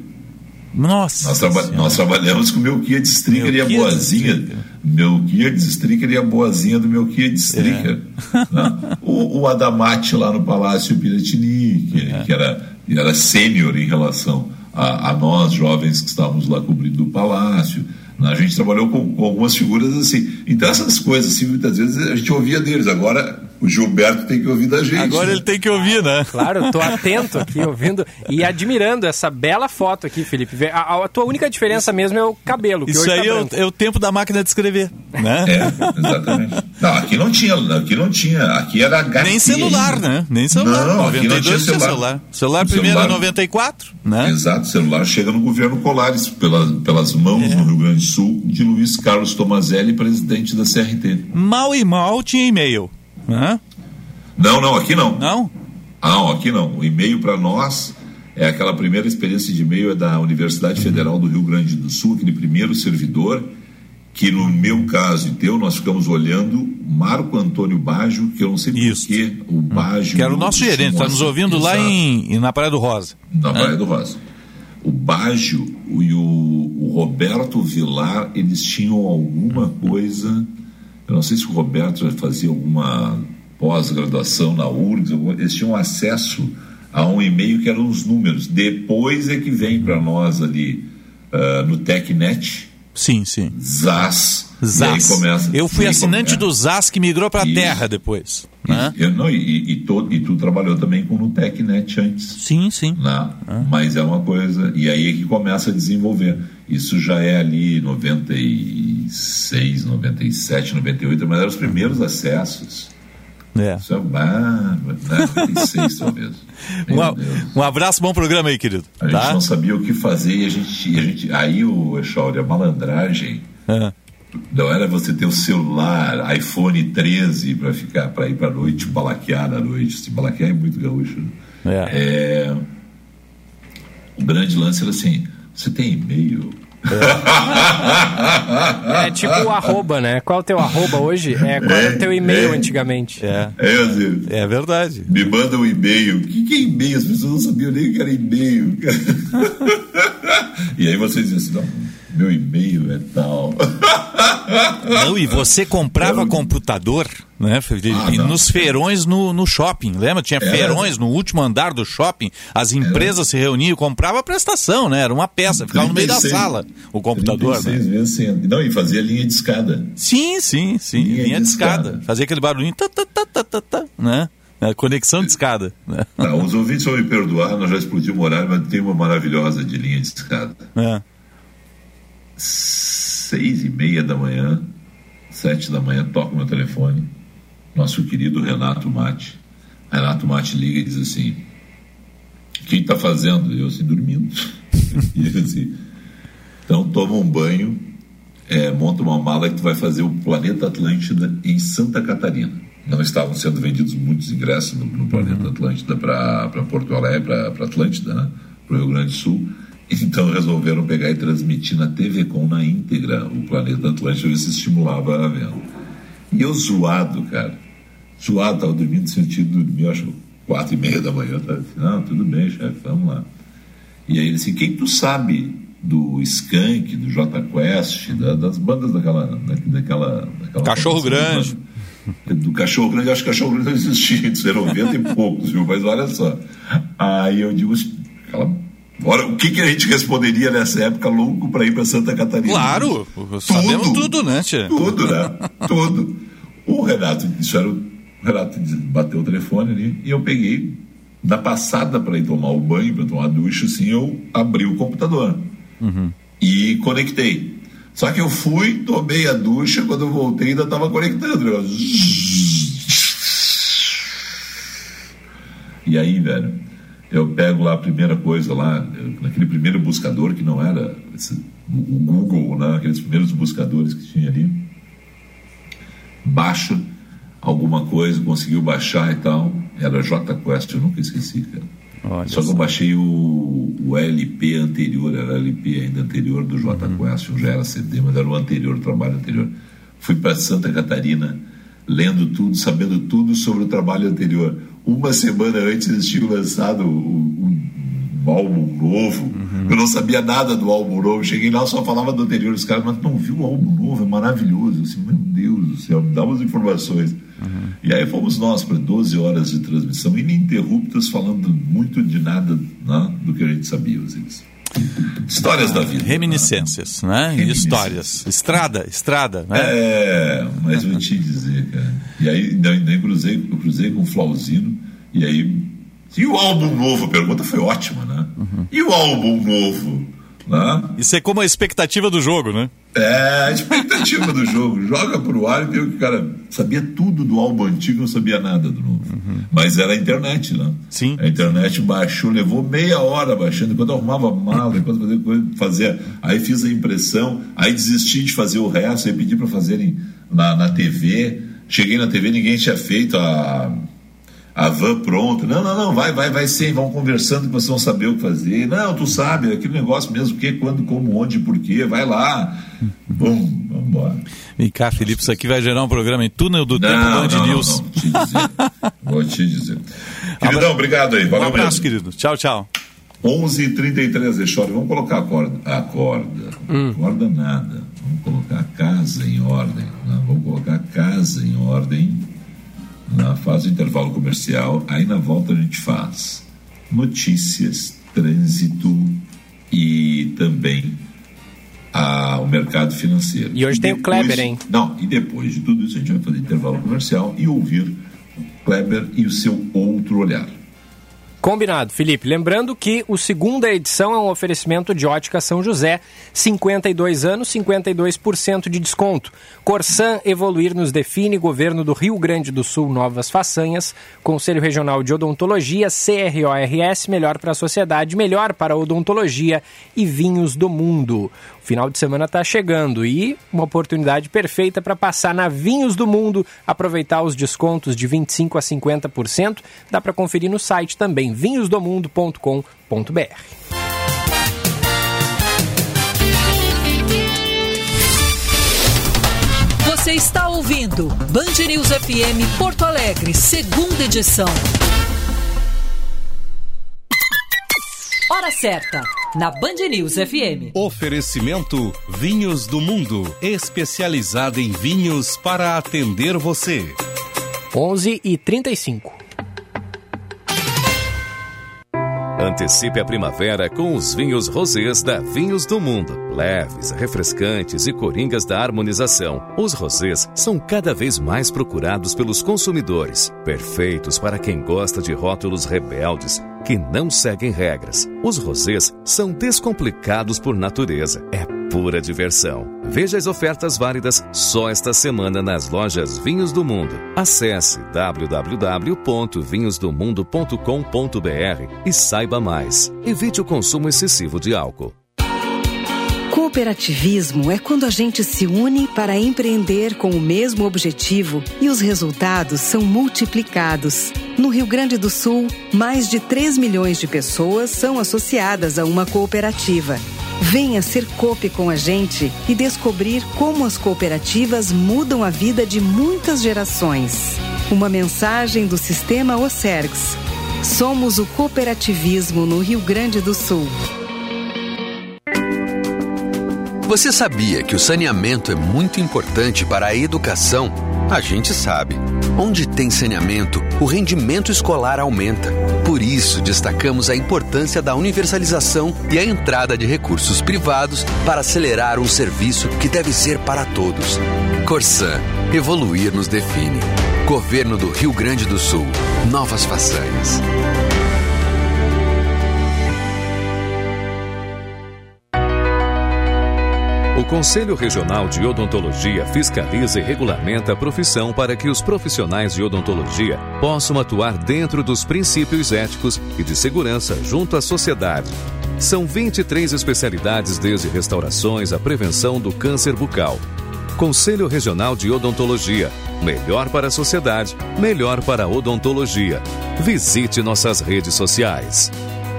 Speaker 3: Nossa.
Speaker 4: Nós, traba-
Speaker 3: Senhora.
Speaker 4: nós trabalhamos com o Melquíades Stricker e a
Speaker 3: Melquíades
Speaker 4: boazinha.
Speaker 3: Stricker.
Speaker 4: Melquíades Stricker e a boazinha do Melquíades Stricker. Né? O, o Adamate lá no Palácio Piratini, que,
Speaker 3: É.
Speaker 4: que era, era sênior em relação a, a nós, jovens que estávamos lá cobrindo o Palácio. A gente trabalhou com, com algumas figuras assim. Então, essas coisas, assim, muitas vezes a gente ouvia deles. Agora, o Gilberto tem que ouvir da gente.
Speaker 3: Agora
Speaker 4: né?
Speaker 3: ele tem que ouvir, né?
Speaker 2: Claro, eu tô atento aqui, ouvindo e admirando essa bela foto aqui, Felipe. Vê, A, a tua única diferença mesmo é o cabelo, que
Speaker 3: Isso
Speaker 2: hoje
Speaker 3: aí
Speaker 2: tá
Speaker 3: é o,
Speaker 2: branco.
Speaker 3: é o tempo da máquina de escrever, né?
Speaker 4: É, exatamente. Não, aqui não tinha, aqui não tinha, aqui era H T
Speaker 3: Nem celular,
Speaker 4: ainda.
Speaker 3: né? Nem celular.
Speaker 4: Não, aqui não
Speaker 3: noventa e dois
Speaker 4: tinha
Speaker 3: tinha
Speaker 4: celular.
Speaker 3: celular. Celular
Speaker 4: O
Speaker 3: primeiro
Speaker 4: celular-
Speaker 3: em noventa e quatro, né?
Speaker 4: Exato, o celular chega no governo Colares, pelas, pelas mãos
Speaker 3: É.
Speaker 4: no Rio Grande do Sul de Luiz Carlos Tomazelli, presidente da C R T.
Speaker 3: Mal e mal tinha e-mail, né?
Speaker 4: Não, não, aqui não.
Speaker 3: Não?
Speaker 4: Ah, não, aqui não. O e-mail para nós é aquela primeira experiência de e-mail é da Universidade Federal do Rio Grande do Sul, aquele primeiro servidor, que no meu caso e teu, nós ficamos olhando Marco Antônio Baggio, que eu não sei
Speaker 3: Isso.
Speaker 4: porquê, o Baggio...
Speaker 3: Que era o nosso gerente, está nos ouvindo lá
Speaker 4: Exato.
Speaker 3: em, em- na Praia do Rosa.
Speaker 4: Na Praia do Rosa. o Baggio e o, o Roberto Vilar, eles tinham alguma coisa, eu não sei se o Roberto já fazia alguma pós-graduação na U R G S, eles tinham acesso a um e-mail que eram os números. Depois é que vem para nós ali uh, no TecNet.
Speaker 3: Sim, sim.
Speaker 4: Z A S.
Speaker 3: Z A S.
Speaker 4: Começa,
Speaker 3: eu fui assinante
Speaker 4: come...
Speaker 3: do Z A S que migrou para a Terra depois. Né?
Speaker 4: Eu, não, e, e, to, e tu trabalhou também com o TecNet antes.
Speaker 3: Sim, sim.
Speaker 4: Né? Ah. Mas é uma coisa... E aí é que começa a desenvolver. Isso já é ali noventa e seis, noventa e sete, noventa e oito, mas eram os primeiros acessos.
Speaker 3: É.
Speaker 4: Isso é bárbaro, né? noventa e seis talvez.
Speaker 3: Um, um abraço, bom programa aí, querido.
Speaker 4: A
Speaker 3: tá?
Speaker 4: gente não sabia o que fazer e a gente, a gente aí o Echauri, a malandragem é. Não era você ter o celular iPhone treze para ficar, para ir para noite, balaquear na noite. Se balaquear é muito gaúcho, né? é. É, o grande lance era assim: você tem e-mail?
Speaker 2: É. É tipo o arroba, né? Qual é o teu arroba hoje? É, qual é, é o teu e-mail é, antigamente?
Speaker 3: É,
Speaker 4: é, assim,
Speaker 3: é verdade.
Speaker 4: Me manda um e-mail. O que, que é e-mail? As pessoas não sabiam nem o que era e-mail. E aí você dizia assim: não, meu e-mail é tal.
Speaker 3: Não, e você comprava computador, né, ah, nos feirões no, no shopping, lembra? Tinha era. feirões no último andar do shopping, as empresas era. se reuniam e compravam a prestação, né? Era uma peça, ficava no meio da sala o computador.
Speaker 4: trinta e seis né? vezes cem. Não, e fazia linha de escada.
Speaker 3: Sim, sim, sim, linha, linha de, de escada. escada. Fazia aquele barulhinho, tá, tá, tá, tá, tá, tá, né? A conexão de escada. Né?
Speaker 4: Tá, os ouvintes vão me perdoar, nós já explodimos o horário, mas tem uma maravilhosa de linha de escada.
Speaker 3: É.
Speaker 4: Seis e meia da manhã, sete da manhã, toca o meu telefone, nosso querido Renato Mate. Renato Mate liga e diz assim: quem está fazendo? Eu assim, dormindo. E ele assim: então toma um banho, é, monta uma mala que tu vai fazer o Planeta Atlântida em Santa Catarina. Não estavam sendo vendidos muitos ingressos no, no Planeta Atlântida para Porto Alegre, para Atlântida, né? Para o Rio Grande do Sul. Então resolveram pegar e transmitir na T V Com na íntegra o Planeta Atlântida, ver se estimulava a venda. E eu zoado, cara. Zoado, estava dormindo, sentido dormir, acho quatro e meia da manhã. Tava assim, não, tudo bem, chefe, vamos lá. E aí ele disse: quem tu sabe do Skank, do Jota Quest, da, das bandas daquela... Da, daquela, daquela
Speaker 3: Cachorro Grande.
Speaker 4: Do Cachorro Grande, acho que Cachorro Grande não existia, isso era noventa e poucos, viu? Mas olha só. Aí eu digo assim, aquela... Ora, o que, que a gente responderia nessa época, louco para ir para Santa Catarina?
Speaker 3: Claro, sabemos tudo, tudo né, tia?
Speaker 4: Tudo, né? Tudo. O Renato, isso era o Renato bateu o telefone ali e eu peguei, na passada para ir tomar o banho, para tomar a ducha, assim, eu abri o computador
Speaker 3: uhum.
Speaker 4: e conectei. Só que eu fui, tomei a ducha, quando eu voltei ainda estava conectando. E aí, velho, eu pego lá a primeira coisa lá, naquele primeiro buscador que não era esse, o Google, né? Aqueles primeiros buscadores que tinha ali. Baixa alguma coisa, conseguiu baixar e tal. Era Jota Quest, eu nunca esqueci, cara. Olha Só que eu baixei o, o L P anterior, era L P ainda anterior do Jota uhum. Quest, já era C D, mas era o anterior, o trabalho anterior. Fui para Santa Catarina, lendo tudo, sabendo tudo sobre o trabalho anterior. Uma semana antes eles tinham lançado um, um álbum novo. Uhum. Eu não sabia nada do álbum novo. Cheguei lá, só falava do anterior. Os caras, mas não viu o álbum novo? É maravilhoso. Eu assim, meu Deus do céu, me dá umas informações. Uhum. E aí fomos nós para doze horas de transmissão ininterruptas, falando muito de nada, né, do que a gente sabia. Assim. Histórias da vida.
Speaker 3: Reminiscências, né? né? Reminiscências. Histórias. Estrada, estrada, né?
Speaker 4: É, mas vou te dizer, cara. E aí, nem cruzei, eu cruzei com o Flauzino, e aí. E o álbum novo? A pergunta foi ótima, né? Uhum. E o álbum novo? Né?
Speaker 3: Isso é como a expectativa do jogo, né?
Speaker 4: É, a expectativa do jogo. Joga pro ar e viu que o cara sabia tudo do álbum antigo, não sabia nada do novo. Uhum. Mas era a internet, né?
Speaker 3: Sim.
Speaker 4: A internet baixou, levou meia hora baixando, enquanto eu arrumava mala, enquanto fazia coisa, fazia. Aí fiz a impressão, aí desisti de fazer o resto, aí pedi para fazerem na, na T V. Cheguei na T V, ninguém tinha feito a. A van pronta, não, não, não, vai, vai, vai sim, vão conversando que vocês vão saber o que fazer. Não, tu sabe, aquele negócio mesmo, o que, quando, como, onde, por quê, vai lá. Bom, vamos embora.
Speaker 3: Vem cá, Felipe, isso aqui vai gerar um programa em túnel do
Speaker 4: não,
Speaker 3: tempo
Speaker 4: não,
Speaker 3: Band
Speaker 4: não,
Speaker 3: News.
Speaker 4: Não, não, vou te dizer, vou te dizer. Queridão, obrigado aí, valeu
Speaker 3: Um abraço,
Speaker 4: mesmo.
Speaker 3: querido, tchau, tchau.
Speaker 4: onze e trinta e três, Deixore, vamos colocar a corda. A corda. Hum. Corda nada. Vamos colocar a casa em ordem. Né? Vamos colocar a casa em ordem. Na fase do intervalo comercial. Aí na volta a gente faz notícias, trânsito e também a, o mercado financeiro.
Speaker 2: E hoje e tem depois, o Kleber, hein?
Speaker 4: Não, e depois de tudo isso a gente vai fazer intervalo comercial e ouvir o Kleber e o seu outro olhar.
Speaker 2: Combinado, Felipe. Lembrando que o segunda edição é um oferecimento de Ótica São José, cinquenta e dois anos, cinquenta e dois por cento de desconto. Corsan, evoluir nos define, Governo do Rio Grande do Sul, novas façanhas, Conselho Regional de Odontologia, C R O R S, melhor para a sociedade, melhor para a odontologia e vinhos do mundo. O final de semana está chegando e uma oportunidade perfeita para passar na Vinhos do Mundo, aproveitar os descontos de vinte e cinco por cento a cinquenta por cento. Dá para conferir no site também, vinhos do mundo ponto com ponto b r.
Speaker 1: Você está ouvindo Band News F M Porto Alegre, segunda edição. Hora certa, na Band News F M.
Speaker 5: Oferecimento Vinhos do Mundo, especializada em vinhos para atender você.
Speaker 2: onze e trinta e cinco.
Speaker 6: Antecipe a primavera com os vinhos rosés da Vinhos do Mundo. Leves, refrescantes e coringas da harmonização. Os rosés são cada vez mais procurados pelos consumidores. Perfeitos para quem gosta de rótulos rebeldes que não seguem regras. Os rosés são descomplicados por natureza. É pura diversão. Veja as ofertas válidas só esta semana nas lojas Vinhos do Mundo. Acesse w w w ponto vinhos do mundo ponto com ponto b r e saiba mais. Evite o consumo excessivo de álcool.
Speaker 7: Cooperativismo é quando a gente se une para empreender com o mesmo objetivo e os resultados são multiplicados. No Rio Grande do Sul, mais de três milhões de pessoas são associadas a uma cooperativa. Venha ser Coop com a gente e descobrir como as cooperativas mudam a vida de muitas gerações. Uma mensagem do Sistema OCERGS. Somos o cooperativismo no Rio Grande do Sul.
Speaker 8: Você sabia que o saneamento é muito importante para a educação? A gente sabe. Onde tem saneamento, o rendimento escolar aumenta. Por isso, destacamos a importância da universalização e a entrada de recursos privados para acelerar um serviço que deve ser para todos. Corsan, evoluir nos define. Governo do Rio Grande do Sul, novas façanhas.
Speaker 6: O Conselho Regional de Odontologia fiscaliza e regulamenta a profissão para que os profissionais de odontologia possam atuar dentro dos princípios éticos e de segurança junto à sociedade. São vinte e três especialidades, desde restaurações à prevenção do câncer bucal. Conselho Regional de Odontologia. Melhor para a sociedade, melhor para a odontologia. Visite nossas redes sociais.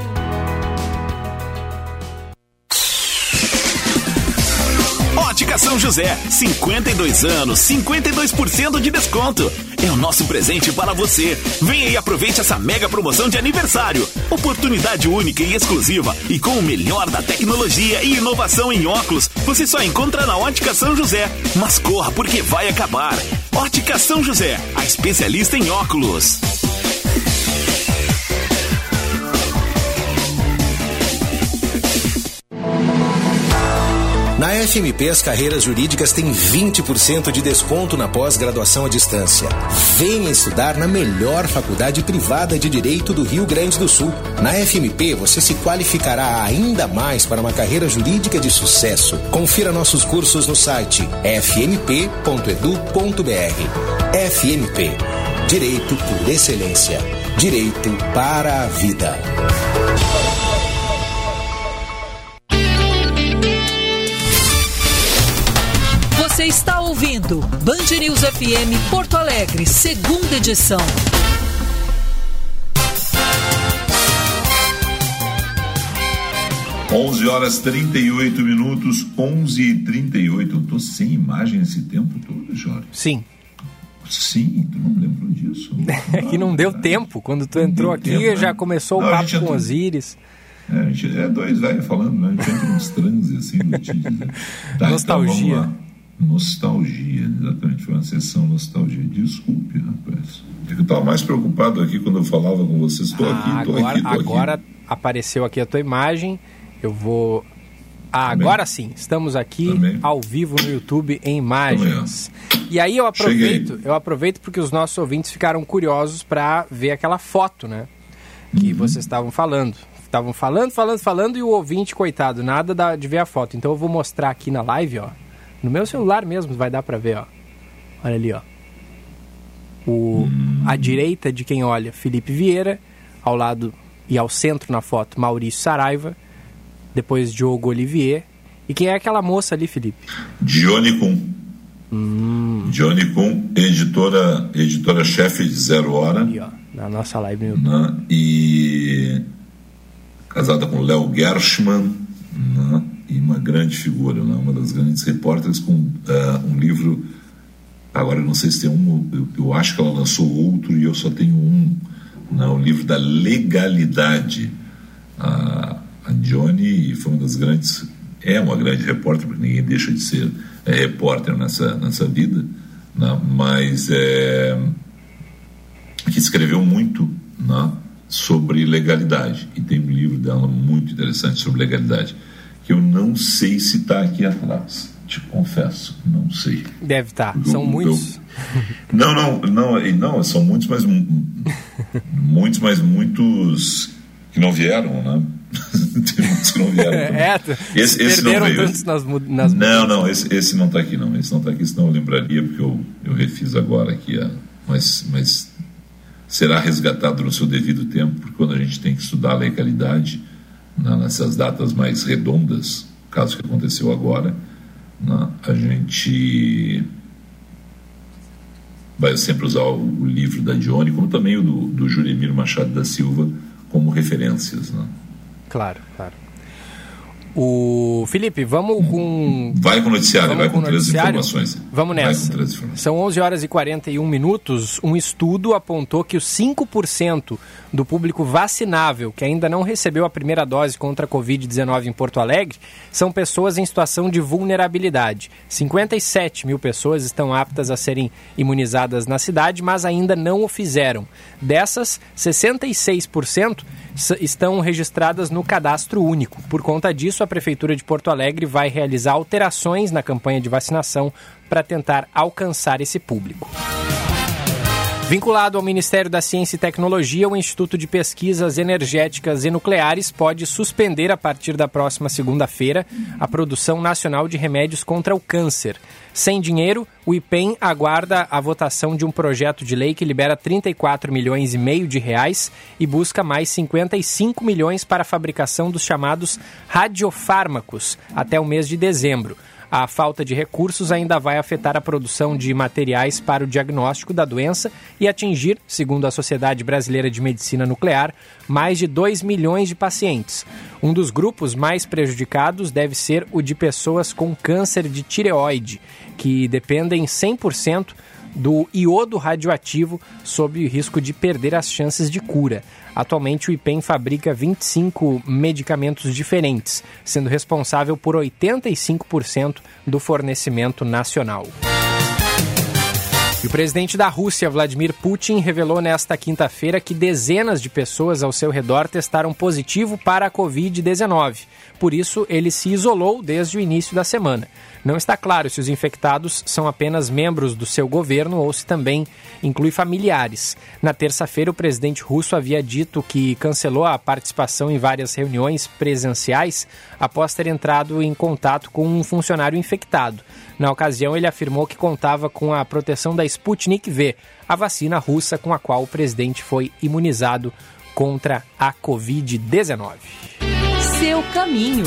Speaker 9: Ótica São José, cinquenta e dois anos, cinquenta e dois por cento de desconto. É o nosso presente para você. Venha e aproveite essa mega promoção de aniversário. Oportunidade única e exclusiva. E com o melhor da tecnologia e inovação em óculos, você só encontra na Ótica São José. Mas corra, porque vai acabar. Ótica São José, a especialista em óculos.
Speaker 10: Na F M P, as carreiras jurídicas têm vinte por cento de desconto na pós-graduação à distância. Venha estudar na melhor faculdade privada de Direito do Rio Grande do Sul. Na F M P, você se qualificará ainda mais para uma carreira jurídica de sucesso. Confira nossos cursos no site f m p ponto e d u ponto b r. F M P. Direito por excelência. Direito para a vida.
Speaker 1: Você está ouvindo Band News F M Porto Alegre, segunda edição.
Speaker 4: onze horas e trinta e oito minutos, onze e trinta e oito. Eu estou sem imagem esse tempo todo, Jorge.
Speaker 2: Sim.
Speaker 4: Sim, tu não lembrou disso?
Speaker 2: É que não deu tempo. Quando tu entrou aqui, tempo, já né? começou não, o papo com Osíris.
Speaker 4: É, a gente é dois velhos falando, né? A gente entra nos transes, assim, do Tides, né? Tá,
Speaker 2: nostalgia.
Speaker 4: Então, nostalgia, exatamente. Foi uma sessão nostalgia. Desculpe, rapaz. Eu estava mais preocupado aqui quando eu falava com vocês. Estou
Speaker 2: ah,
Speaker 4: aqui, estou
Speaker 2: agora,
Speaker 4: aqui, estou aqui.
Speaker 2: Agora apareceu aqui a tua imagem. Eu vou... Ah, agora sim, estamos aqui Também. ao vivo no YouTube em imagens. Também. E aí eu aproveito, Cheguei. eu aproveito porque os nossos ouvintes ficaram curiosos para ver aquela foto, né? Que uhum. vocês estavam falando. Estavam falando, falando, falando e o ouvinte, coitado, nada de ver a foto. Então eu vou mostrar aqui na live, ó. No meu celular mesmo vai dar para ver, ó. Olha ali, ó. O, uhum. À direita de quem olha, Felipe Vieira. Ao lado e ao centro na foto, Maurício Saraiva. Depois Diogo Olivier. E quem é aquela moça ali, Felipe?
Speaker 4: Dione Kuhn.
Speaker 2: Hum.
Speaker 4: Dione Kuhn, editora, editora-chefe de Zero Hora.
Speaker 2: Aí, ó, na nossa live no YouTube.
Speaker 4: Né? E casada com Léo Gershman, né? E uma grande figura, né? Uma das grandes repórteres com uh, um livro. Agora eu não sei se tem um, eu, eu acho que ela lançou outro e eu só tenho um. Né? O livro da legalidade. Uh, A Dione foi uma das grandes, é uma grande repórter, porque ninguém deixa de ser é, repórter nessa, nessa vida, né? Mas é, que escreveu muito, né, sobre legalidade, e tem um livro dela muito interessante sobre legalidade, que eu não sei se está aqui atrás, te confesso, não sei.
Speaker 2: Deve estar, tá. São eu, muitos.
Speaker 4: Eu, não, não, não, não, são muitos, mas muitos, mas muitos que não vieram, né? Tem muitos que não vieram.
Speaker 2: É,
Speaker 4: esse, esse não veio.
Speaker 2: Tantos nas, nas
Speaker 4: não, não, esse, esse não está aqui, não. Esse não está aqui, senão eu lembraria, porque eu, eu refiz agora aqui. A, mas, mas será resgatado no seu devido tempo, porque quando a gente tem que estudar a legalidade, né, nessas datas mais redondas, caso que aconteceu agora, né, a gente vai sempre usar o, o livro da Dione, como também o do, do Juremir Machado da Silva, como referências, né?
Speaker 2: Claro, claro. O Felipe, vamos com...
Speaker 4: Vai com o noticiário,
Speaker 2: vamos
Speaker 4: vai com, com três
Speaker 2: noticiário?
Speaker 4: informações.
Speaker 2: Vamos nessa.
Speaker 4: Três informações.
Speaker 2: São onze horas e quarenta e um minutos. Um estudo apontou que os cinco por cento do público vacinável que ainda não recebeu a primeira dose contra a covid dezenove em Porto Alegre são pessoas em situação de vulnerabilidade. cinquenta e sete mil pessoas estão aptas a serem imunizadas na cidade, mas ainda não o fizeram. Dessas, sessenta e seis por cento estão registradas no cadastro único. Por conta disso, a Prefeitura de Porto Alegre vai realizar alterações na campanha de vacinação para tentar alcançar esse público. Vinculado ao Ministério da Ciência e Tecnologia, o Instituto de Pesquisas Energéticas e Nucleares pode suspender a partir da próxima segunda-feira a produção nacional de remédios contra o câncer. Sem dinheiro, o I P E M aguarda a votação de um projeto de lei que libera trinta e quatro milhões e meio de reais e busca mais cinquenta e cinco milhões para a fabricação dos chamados radiofármacos até o mês de dezembro. A falta de recursos ainda vai afetar a produção de materiais para o diagnóstico da doença e atingir, segundo a Sociedade Brasileira de Medicina Nuclear, mais de dois milhões de pacientes. Um dos grupos mais prejudicados deve ser o de pessoas com câncer de tireoide, que dependem cem por cento do iodo radioativo sob o risco de perder as chances de cura. Atualmente, o I P E M fabrica vinte e cinco medicamentos diferentes, sendo responsável por oitenta e cinco por cento do fornecimento nacional. E o presidente da Rússia, Vladimir Putin, revelou nesta quinta-feira que dezenas de pessoas ao seu redor testaram positivo para a covid dezenove. Por isso, ele se isolou desde o início da semana. Não está claro se os infectados são apenas membros do seu governo ou se também inclui familiares. Na terça-feira, o presidente russo havia dito que cancelou a participação em várias reuniões presenciais após ter entrado em contato com um funcionário infectado. Na ocasião, ele afirmou que contava com a proteção da Sputnik V, a vacina russa com a qual o presidente foi imunizado contra a covid dezenove.
Speaker 1: Seu caminho.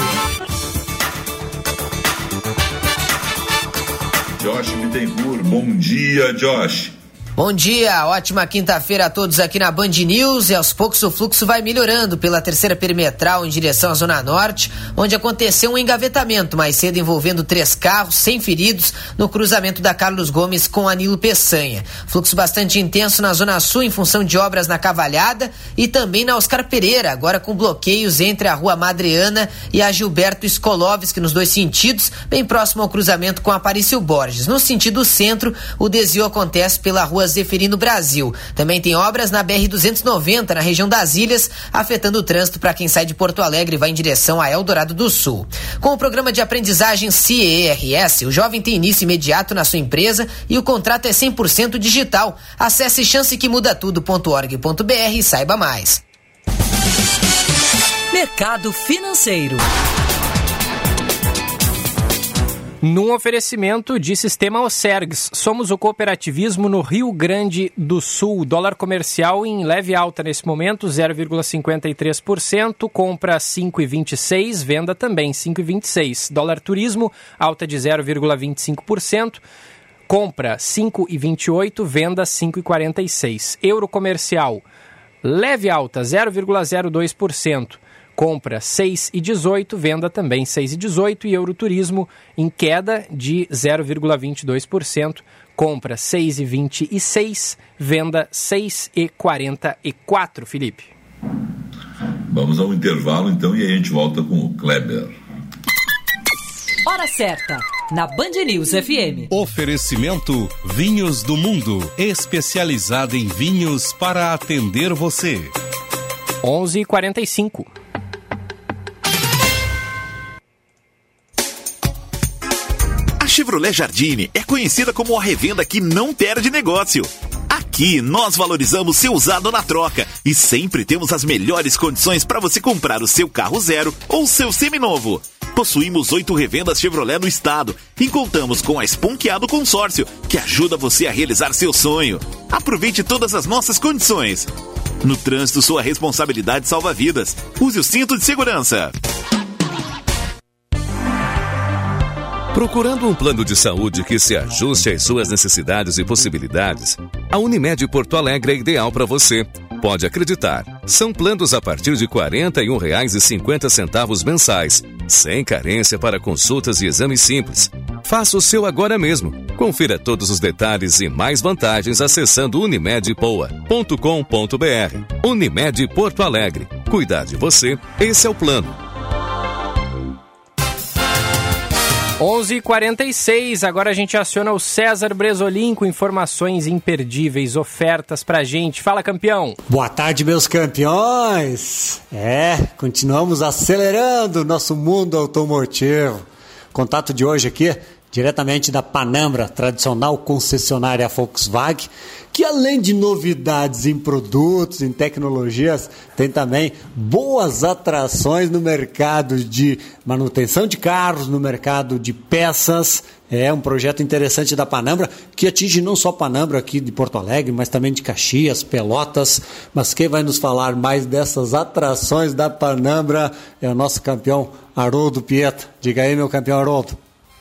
Speaker 4: Josh Bittencourt, bom dia, Josh.
Speaker 11: Bom dia, ótima quinta-feira a todos aqui na Band News, e aos poucos o fluxo vai melhorando pela terceira perimetral em direção à Zona Norte, onde aconteceu um engavetamento mais cedo envolvendo três carros sem feridos no cruzamento da Carlos Gomes com a Nilo Peçanha. Fluxo bastante intenso na Zona Sul em função de obras na Cavalhada e também na Oscar Pereira, agora com bloqueios entre a Rua Madreana e a Gilberto Skolovski nos dois sentidos, bem próximo ao cruzamento com a Aparício Borges. No sentido centro, o desvio acontece pela Rua Zeferino Brasil. Também tem obras na B R duzentos e noventa, na região das Ilhas, afetando o trânsito para quem sai de Porto Alegre e vai em direção a Eldorado do Sul. Com o programa de aprendizagem C E R S, o jovem tem início imediato na sua empresa e o contrato é cem por cento digital. Acesse chance que muda tudo ponto org ponto b r e saiba mais.
Speaker 1: Mercado Financeiro.
Speaker 2: Num oferecimento de Sistema Osergs, somos o cooperativismo no Rio Grande do Sul. Dólar comercial em leve alta nesse momento, zero vírgula cinquenta e três por cento, compra cinco vírgula vinte e seis, venda também cinco vírgula vinte e seis. Dólar turismo, alta de zero vírgula vinte e cinco por cento, compra cinco vírgula vinte e oito, venda cinco vírgula quarenta e seis. Euro comercial, leve alta, zero vírgula zero dois por cento. Compra seis vírgula dezoito, venda também seis vírgula dezoito, e Euroturismo em queda de zero vírgula vinte e dois por cento, compra seis vírgula vinte e seis, venda seis vírgula quarenta e quatro, Felipe.
Speaker 4: Vamos ao intervalo então e aí a gente volta com o Kleber.
Speaker 1: Hora certa, na Band News F M.
Speaker 5: Oferecimento Vinhos do Mundo, especializada em vinhos para atender você.
Speaker 2: onze e quarenta e cinco.
Speaker 9: A Chevrolet Jardine é conhecida como a revenda que não perde negócio. Aqui nós valorizamos seu usado na troca e sempre temos as melhores condições para você comprar o seu carro zero ou seu seminovo. Possuímos oito revendas Chevrolet no estado e contamos com a Esponqueado Consórcio, que ajuda você a realizar seu sonho. Aproveite todas as nossas condições. No trânsito, sua responsabilidade salva vidas. Use o cinto de segurança.
Speaker 6: Procurando um plano de saúde que se ajuste às suas necessidades e possibilidades, a Unimed Porto Alegre é ideal para você. Pode acreditar, são planos a partir de quarenta e um reais e cinquenta centavos mensais, sem carência para consultas e exames simples. Faça o seu agora mesmo. Confira todos os detalhes e mais vantagens acessando unimed poa ponto com ponto b r. Unimed Porto Alegre. Cuidar de você, esse é o plano.
Speaker 2: onze e quarenta e seis, agora a gente aciona o César Bresolim com informações imperdíveis, ofertas pra gente. Fala, campeão!
Speaker 12: Boa tarde, meus campeões! É, continuamos acelerando o nosso mundo automotivo. Contato de hoje aqui, diretamente da Panambra, tradicional concessionária Volkswagen, que além de novidades em produtos, em tecnologias, tem também boas atrações no mercado de manutenção de carros, no mercado de peças. É um projeto interessante da Panambra, que atinge não só Panambra aqui de Porto Alegre, mas também de Caxias, Pelotas. Mas quem vai nos falar mais dessas atrações da Panambra é o nosso campeão Haroldo Pietro. Diga aí, meu campeão Haroldo.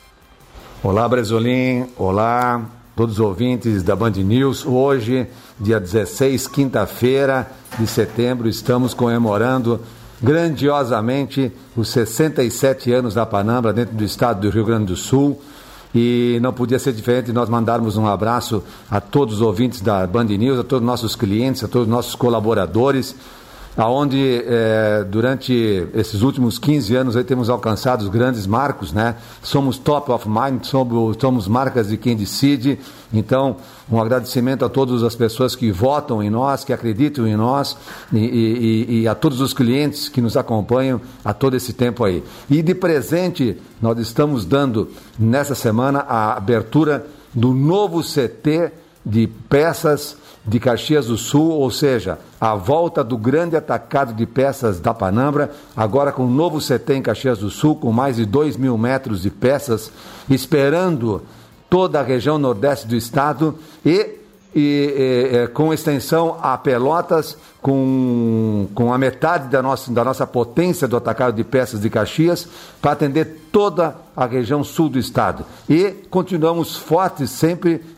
Speaker 13: Olá, Bresolim, olá, todos os ouvintes da Band News. Hoje, dia dezesseis, quinta-feira de setembro, estamos comemorando grandiosamente os sessenta e sete anos da Panambra dentro do estado do Rio Grande do Sul. E não podia ser diferente de nós mandarmos um abraço a todos os ouvintes da Band News, a todos os nossos clientes, a todos os nossos colaboradores, aonde eh, durante esses últimos quinze anos aí temos alcançado os grandes marcos, né? Somos top of mind, somos, somos marcas de quem decide. Então, um agradecimento a todas as pessoas que votam em nós, que acreditam em nós e, e, e a todos os clientes que nos acompanham a todo esse tempo aí. E de presente, nós estamos dando nessa semana a abertura do novo C T de peças de Caxias do Sul, ou seja, a volta do grande atacado de peças da Panambra, agora com um novo C T em Caxias do Sul, com mais de dois mil metros de peças, esperando toda a região nordeste do estado e, e, e, e com extensão a Pelotas, com, com a metade da nossa, da nossa potência do atacado de peças de Caxias, para atender toda a região sul do estado. E continuamos fortes sempre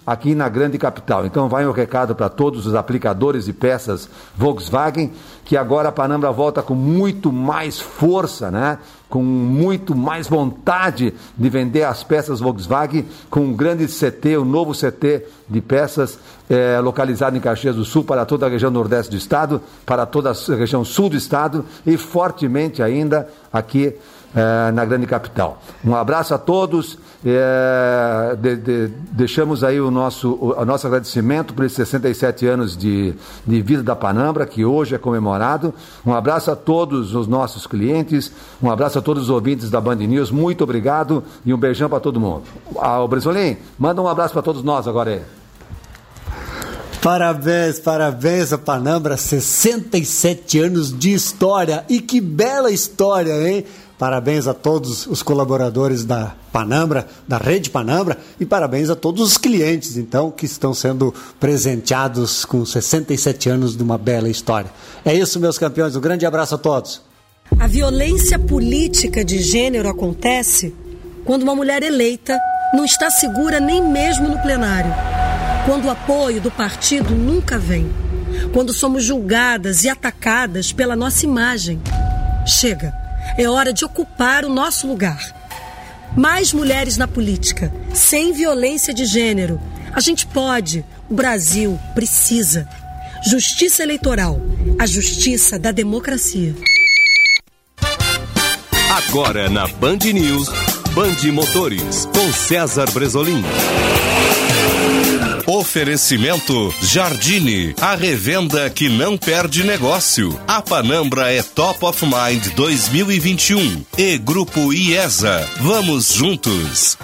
Speaker 13: aqui na grande capital. Então vai um recado para todos os aplicadores de peças Volkswagen, que agora a Panambra volta com muito mais força, né? Com muito mais vontade de vender as peças Volkswagen, com um grande C T, um novo C T de peças é, localizado em Caxias do Sul para toda a região nordeste do estado, para toda a região sul do estado e fortemente ainda aqui é, na grande capital. Um abraço a todos, é, de, de, deixamos aí o nosso, o, o nosso agradecimento por esses sessenta e sete anos de, de vida da Panambra, que hoje é comemorado. Um abraço a todos os nossos clientes, um abraço a todos os ouvintes da Band News, muito obrigado e um beijão para todo mundo. Ah, o Bresolim, manda um abraço para todos nós agora aí.
Speaker 12: Parabéns, parabéns a Panambra, sessenta e sete anos de história, e que bela história, hein? Parabéns a todos os colaboradores da Panambra, da Rede Panambra, e parabéns a todos os clientes, então, que estão sendo presenteados com sessenta e sete anos de uma bela história. É isso, meus campeões, um grande abraço a todos.
Speaker 14: A violência política de gênero acontece quando uma mulher eleita não está segura nem mesmo no plenário, quando o apoio do partido nunca vem, quando somos julgadas e atacadas pela nossa imagem. Chega, é hora de ocupar o nosso lugar. Mais mulheres na política, sem violência de gênero. A gente pode, o Brasil precisa. Justiça eleitoral, a justiça da democracia.
Speaker 5: Agora na Band News, Band Motores, com César Bresolim. Oferecimento Jardine, a revenda que não perde negócio. A Panambra é Top of Mind dois mil e vinte e um. E Grupo IESA. Vamos juntos.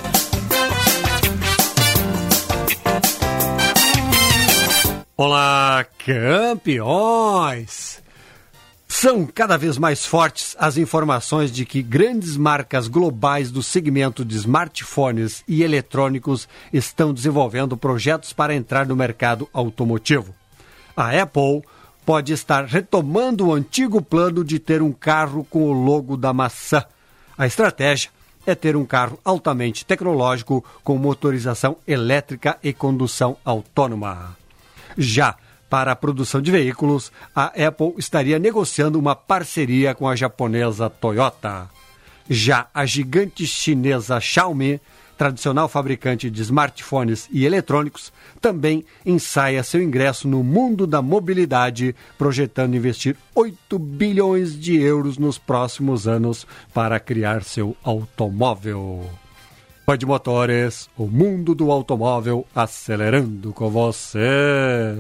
Speaker 12: Olá, campeões! São cada vez mais fortes as informações de que grandes marcas globais do segmento de smartphones e eletrônicos estão desenvolvendo projetos para entrar no mercado automotivo. A Apple pode estar retomando o antigo plano de ter um carro com o logo da maçã. A estratégia é ter um carro altamente tecnológico com motorização elétrica e condução autônoma. Já para a produção de veículos, a Apple estaria negociando uma parceria com a japonesa Toyota. Já a gigante chinesa Xiaomi, tradicional fabricante de smartphones e eletrônicos, também ensaia seu ingresso no mundo da mobilidade, projetando investir oito bilhões de euros nos próximos anos para criar seu automóvel. Band Motores, o mundo do automóvel acelerando com você.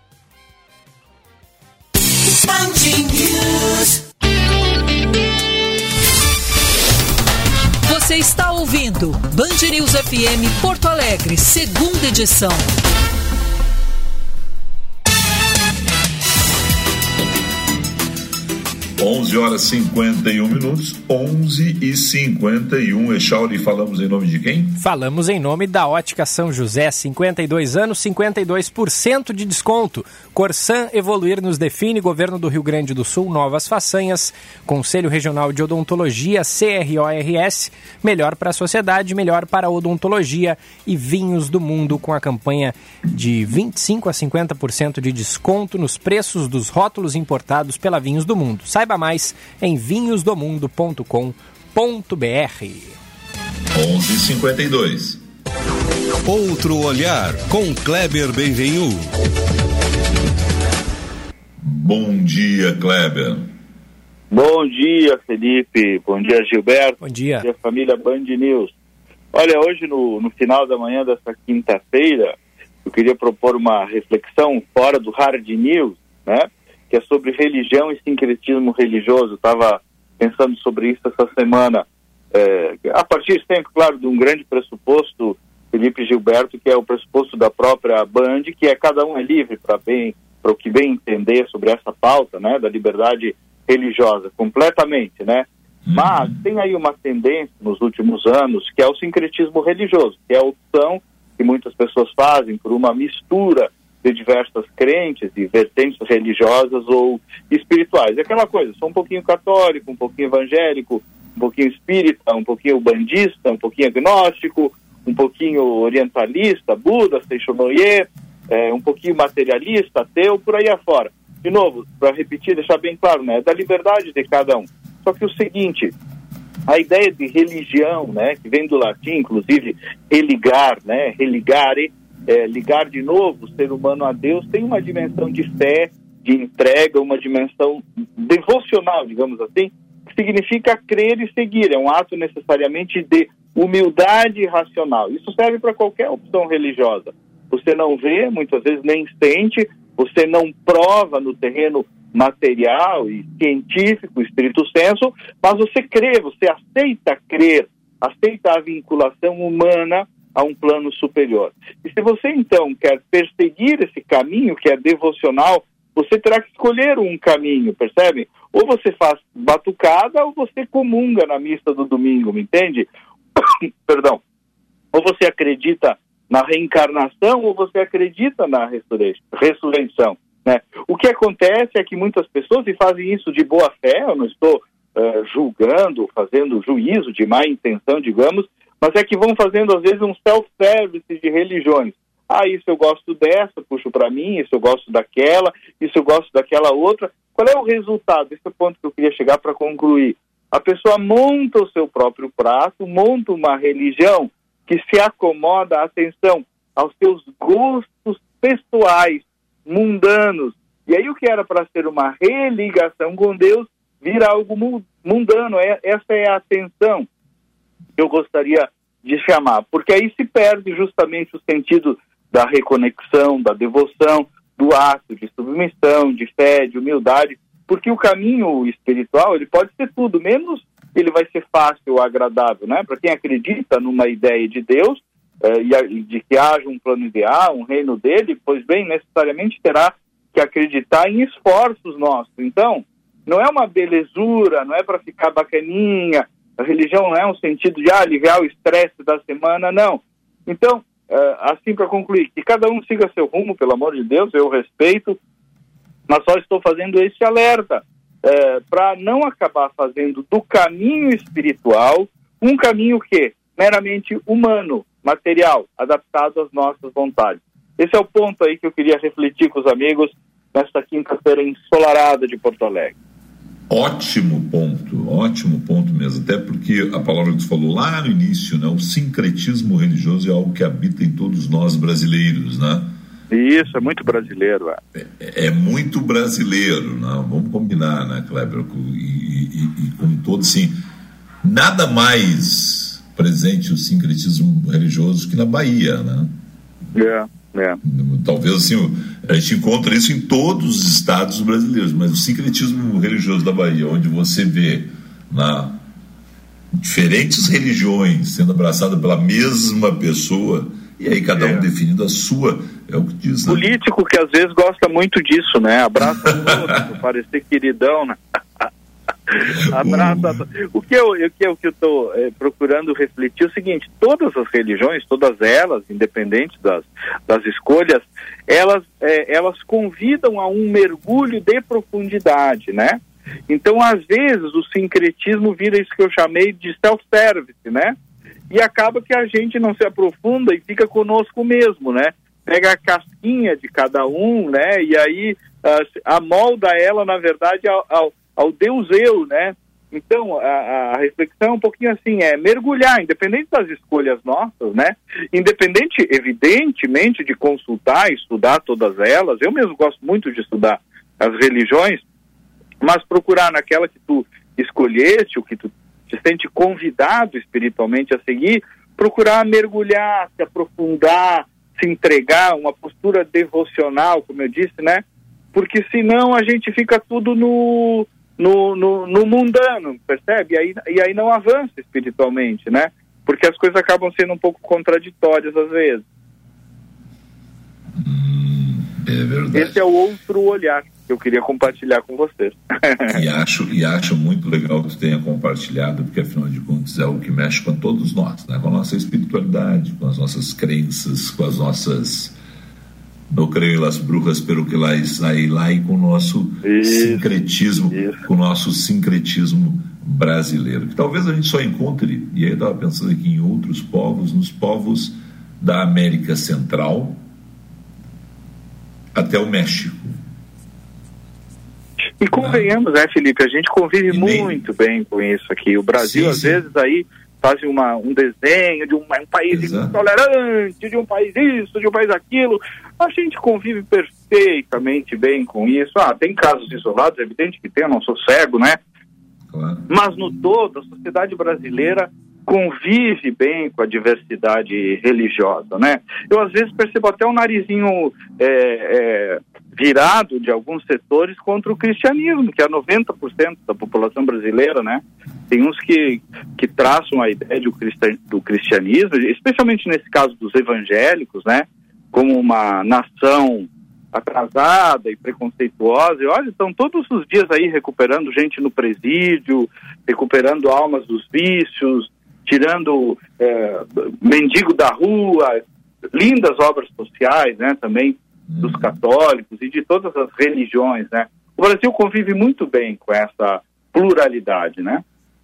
Speaker 1: Você está ouvindo Band News F M Porto Alegre, segunda edição.
Speaker 4: onze horas e cinquenta e um minutos, onze e cinquenta e um. Echauri, falamos em nome de quem?
Speaker 2: Falamos em nome da Ótica São José, cinquenta e dois anos, cinquenta e dois por cento de desconto. Corsan Evoluir nos define, Governo do Rio Grande do Sul, novas façanhas. Conselho Regional de Odontologia, C R O R S, melhor para a sociedade, melhor para a odontologia. E Vinhos do Mundo, com a campanha de vinte e cinco a cinquenta por cento de desconto nos preços dos rótulos importados pela Vinhos do Mundo. Saiba mais em vinhos do mundo ponto com ponto b r.
Speaker 4: onze e cinquenta e dois.
Speaker 5: Outro olhar com Kleber Benvenu.
Speaker 4: Bom dia, Kleber.
Speaker 15: Bom dia, Felipe. Bom dia, Gilberto.
Speaker 2: Bom dia.
Speaker 15: Bom dia, família Band News. Olha, hoje no, no final da manhã dessa quinta-feira, eu queria propor uma reflexão fora do Hard News, né? Que é sobre religião e sincretismo religioso. Estava pensando sobre isso essa semana, é, a partir sempre, claro, de um grande pressuposto, Felipe Gilberto, que é o pressuposto da própria Band, que é cada um é livre para bem, para o que bem entender sobre essa pauta, né, da liberdade religiosa, completamente, né? Mas tem aí uma tendência nos últimos anos que é o sincretismo religioso, que é a opção que muitas pessoas fazem por uma mistura de diversas crentes e vertentes religiosas ou espirituais. É aquela coisa, sou um pouquinho católico, um pouquinho evangélico, um pouquinho espírita, um pouquinho bandista, um pouquinho agnóstico, um pouquinho orientalista, Buda, Seixonoye, é, um pouquinho materialista, ateu, por aí afora. De novo, para repetir, deixar bem claro, né, é da liberdade de cada um. Só que o seguinte, a ideia de religião, né, que vem do latim, inclusive, religar, né, religare, é, ligar de novo o ser humano a Deus, tem uma dimensão de fé, de entrega, uma dimensão devocional, digamos assim, que significa crer e seguir. É um ato necessariamente de humildade racional. Isso serve para qualquer opção religiosa. Você não vê, muitas vezes nem sente, você não prova no terreno material e científico, estrito senso, mas você crê, você aceita crer, aceita a vinculação humana a um plano superior. E se você então quer perseguir esse caminho que é devocional, você terá que escolher um caminho, percebe? Ou você faz batucada ou você comunga na missa do domingo, me entende? Perdão. Ou você acredita na reencarnação ou você acredita na ressurreição, né? O que acontece é que muitas pessoas, e fazem isso de boa fé, eu não estou uh, julgando, fazendo juízo de má intenção, digamos, mas é que vão fazendo às vezes um self-service de religiões. Ah, isso eu gosto dessa, puxo para mim, isso eu gosto daquela, isso eu gosto daquela outra. Qual é o resultado? Esse é o ponto que eu queria chegar para concluir. A pessoa monta o seu próprio prato, monta uma religião que se acomoda, atenção, aos seus gostos pessoais, mundanos. E aí o que era para ser uma religação com Deus vira algo mundano. É, essa é a atenção que eu gostaria de chamar, porque aí se perde justamente o sentido da reconexão, da devoção, do ato de submissão, de fé, de humildade, porque o caminho espiritual, ele pode ser tudo, menos ele vai ser fácil ou agradável, né? Para quem acredita numa ideia de Deus, eh, e de que haja um plano ideal, um reino dele, pois bem, necessariamente terá que acreditar em esforços nossos. Então, não é uma belezura, não é para ficar bacaninha, a religião não é um sentido de ah, aliviar o estresse da semana, não. Então, uh, assim para concluir, que cada um siga seu rumo, pelo amor de Deus, eu respeito, mas só estou fazendo esse alerta, uh, para não acabar fazendo do caminho espiritual um caminho que meramente humano, material, adaptado às nossas vontades. Esse é o ponto aí que eu queria refletir com os amigos nesta quinta-feira ensolarada de Porto Alegre.
Speaker 4: Ótimo ponto, ótimo ponto mesmo, até porque a palavra que você falou lá no início, né, o sincretismo religioso é algo que habita em todos nós brasileiros, né?
Speaker 15: Isso, é muito brasileiro.
Speaker 4: É, é, é muito brasileiro, né? Vamos combinar, né, Kleber? E, e, e como todo, sim, nada mais presente o sincretismo religioso que na Bahia, né?
Speaker 15: É. É.
Speaker 4: Talvez assim, a gente encontra isso em todos os estados brasileiros, mas o sincretismo religioso da Bahia, onde você vê na, diferentes religiões sendo abraçadas pela mesma pessoa, e aí cada um é. definindo a sua, é o que diz, né?
Speaker 15: Político que às vezes gosta muito disso, né? Abraça o outro, parecer queridão, né? Abraça. O que eu o que eu que eu estou é, procurando refletir é o seguinte: todas as religiões, todas elas, independentes das, das escolhas, elas é, elas convidam a um mergulho de profundidade, né? Então, às vezes, o sincretismo vira isso que eu chamei de self-service, né? E acaba que a gente não se aprofunda e fica conosco mesmo, né? Pega a casquinha de cada um, né? E aí uh, amolda ela, na verdade, ao, ao ao Deus eu, né? Então, a, a reflexão é um pouquinho assim, é mergulhar, independente das escolhas nossas, né? Independente, evidentemente, de consultar, estudar todas elas. Eu mesmo gosto muito de estudar as religiões, mas procurar naquela que tu escolheste, o que tu te sente convidado espiritualmente a seguir, procurar mergulhar, se aprofundar, se entregar, uma postura devocional, como eu disse, né? Porque senão a gente fica tudo no... No, no, no mundano, percebe? E aí, e aí não avança espiritualmente, né? Porque as coisas acabam sendo um pouco contraditórias às vezes.
Speaker 4: Hum, é verdade.
Speaker 15: Esse é o outro olhar que eu queria compartilhar com vocês.
Speaker 4: E acho, e acho muito legal que você tenha compartilhado, porque afinal de contas é o que mexe com todos nós, né? Com a nossa espiritualidade, com as nossas crenças, com as nossas... não creio las brujas, pelo que lá sai lá, e com o nosso isso, sincretismo, isso. com o nosso sincretismo brasileiro, que talvez a gente só encontre, e aí eu estava pensando aqui em outros povos, nos povos da América Central até o México.
Speaker 15: E convenhamos, né, Felipe, a gente convive e muito nem... bem com isso aqui. O Brasil, sim, às sim. vezes, aí faz uma, um desenho de um, um país Exato. intolerante, de um país isso, de um país aquilo. A gente convive perfeitamente bem com isso. Ah, tem casos isolados, é evidente que tem, eu não sou cego, né? Claro. Mas no todo, a sociedade brasileira convive bem com a diversidade religiosa, né? Eu às vezes percebo até um narizinho é, é, virado de alguns setores contra o cristianismo, que é noventa por cento da população brasileira, né? Tem uns que, que traçam a ideia de, do cristianismo, especialmente nesse caso dos evangélicos, né? Como uma nação atrasada e preconceituosa, e olha, estão todos os dias aí recuperando gente no presídio, recuperando almas dos vícios, tirando é, mendigo da rua, lindas obras sociais, né, também dos católicos e de todas as religiões, né. O Brasil convive muito bem com essa pluralidade, né.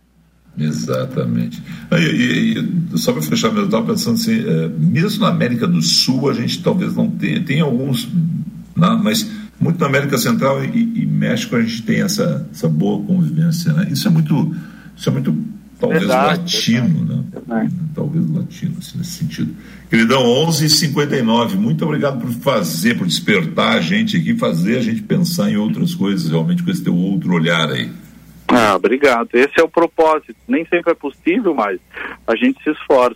Speaker 4: Exatamente. E, e, e, só para fechar, eu estava pensando assim, é, mesmo na América do Sul a gente talvez não tenha, tem alguns, não, mas muito na América Central e, e México a gente tem essa, essa boa convivência, né? Isso é muito, isso é muito talvez Exato, latino, né? Exato. Talvez latino, assim, nesse sentido. Queridão, onze e cinquenta e nove, muito obrigado por fazer, por despertar a gente aqui, fazer a gente pensar em outras coisas, realmente com esse teu outro olhar aí.
Speaker 15: Ah, obrigado. Esse é o propósito. Nem sempre é possível, mas a gente se esforça.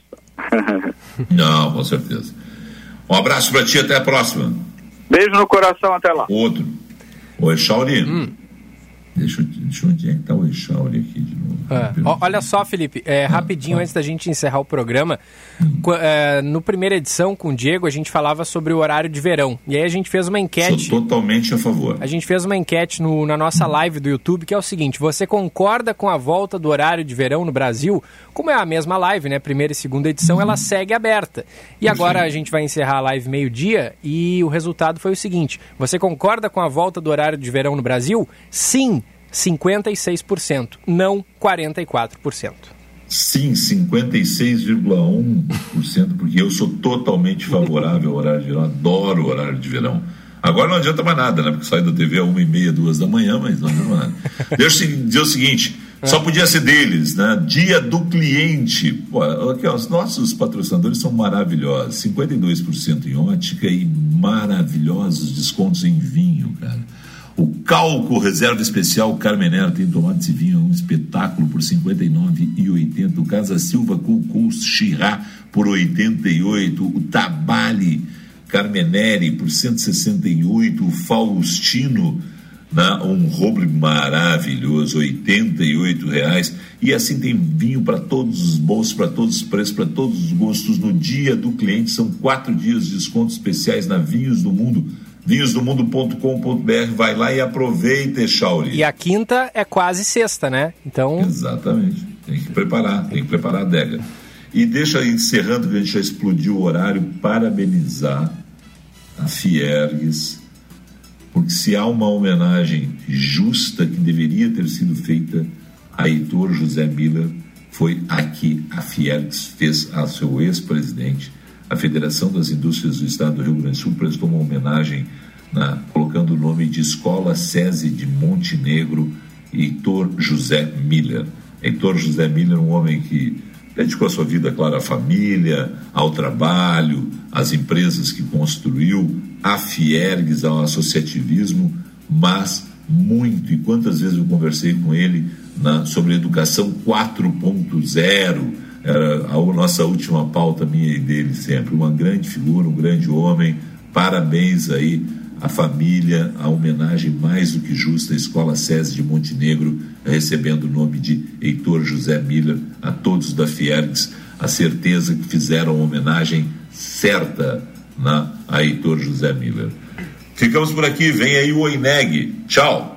Speaker 4: Não, com certeza. Um abraço pra ti, até a próxima.
Speaker 15: Beijo no coração, até lá.
Speaker 4: Outro. Oi, Shauli. Hum. Deixa eu, deixa eu, onde é que tá o Echauri aqui de novo?
Speaker 2: É. Olha só, Felipe, é, ah, rapidinho ah. antes da gente encerrar o programa, hum. é, no primeira edição com o Diego a gente falava sobre o horário de verão, e aí a gente fez uma enquete.
Speaker 4: Sou totalmente a favor.
Speaker 2: A gente fez uma enquete no, na nossa live do YouTube, que é o seguinte: você concorda com a volta do horário de verão no Brasil? Como é a mesma live, né, primeira e segunda edição, hum. ela segue aberta. E agora a gente vai encerrar a live meio-dia, e o resultado foi o seguinte: você concorda com a volta do horário de verão no Brasil? Sim, cinquenta e seis por cento, não quarenta e quatro por cento.
Speaker 4: Sim, cinquenta e seis vírgula um por cento, porque eu sou totalmente favorável ao horário de verão, adoro o horário de verão. Agora não adianta mais nada, né? Porque sai da T V a uma e meia, duas da manhã, mas não adianta mais nada. Deixa eu dizer o seguinte, só podia ser deles, né? Dia do cliente. Pô, aqui, ó, os nossos patrocinadores são maravilhosos. cinquenta e dois por cento em ótica e maravilhosos descontos em vinho, cara. O Calco Reserva Especial Carmenera tem tomate e vinho, um espetáculo por cinquenta e nove reais e oitenta centavos. O Casa Silva Cucus Chirá por oitenta e oito reais. O Tabale Carmenere por cento e sessenta e oito reais. O Faustino, né, um roble maravilhoso, oitenta e oito reais. E assim tem vinho para todos os bolsos, para todos os preços, para todos os gostos. No Dia do Cliente são quatro dias de descontos especiais na Vinhos do Mundo. vinhos do mundo ponto com ponto b r, vai lá e aproveita, Shauri.
Speaker 2: E a quinta é quase sexta, né? Então...
Speaker 4: Exatamente, tem que preparar, tem que preparar a adega. E deixa aí, encerrando, que a gente já explodiu o horário, parabenizar a Fiergues, porque se há uma homenagem justa que deveria ter sido feita a Heitor José Miller, foi aqui a Fiergues fez a seu ex-presidente. A Federação das Indústrias do Estado do Rio Grande do Sul prestou uma homenagem, na, colocando o nome de Escola SESI de Montenegro, Heitor José Miller. Heitor José Miller, um homem que dedicou a sua vida, claro, à família, ao trabalho, às empresas que construiu, à Fiergues, ao associativismo, mas muito, e quantas vezes eu conversei com ele na, sobre educação quatro ponto zero, era a nossa última pauta minha e dele sempre. Uma grande figura, um grande homem. Parabéns aí à família, a homenagem mais do que justa à Escola SESI de Montenegro, recebendo o nome de Heitor José Miller. A todos da Fiergues, a certeza que fizeram a homenagem certa, né, a Heitor José Miller. Ficamos por aqui, vem aí o Oineg. Tchau!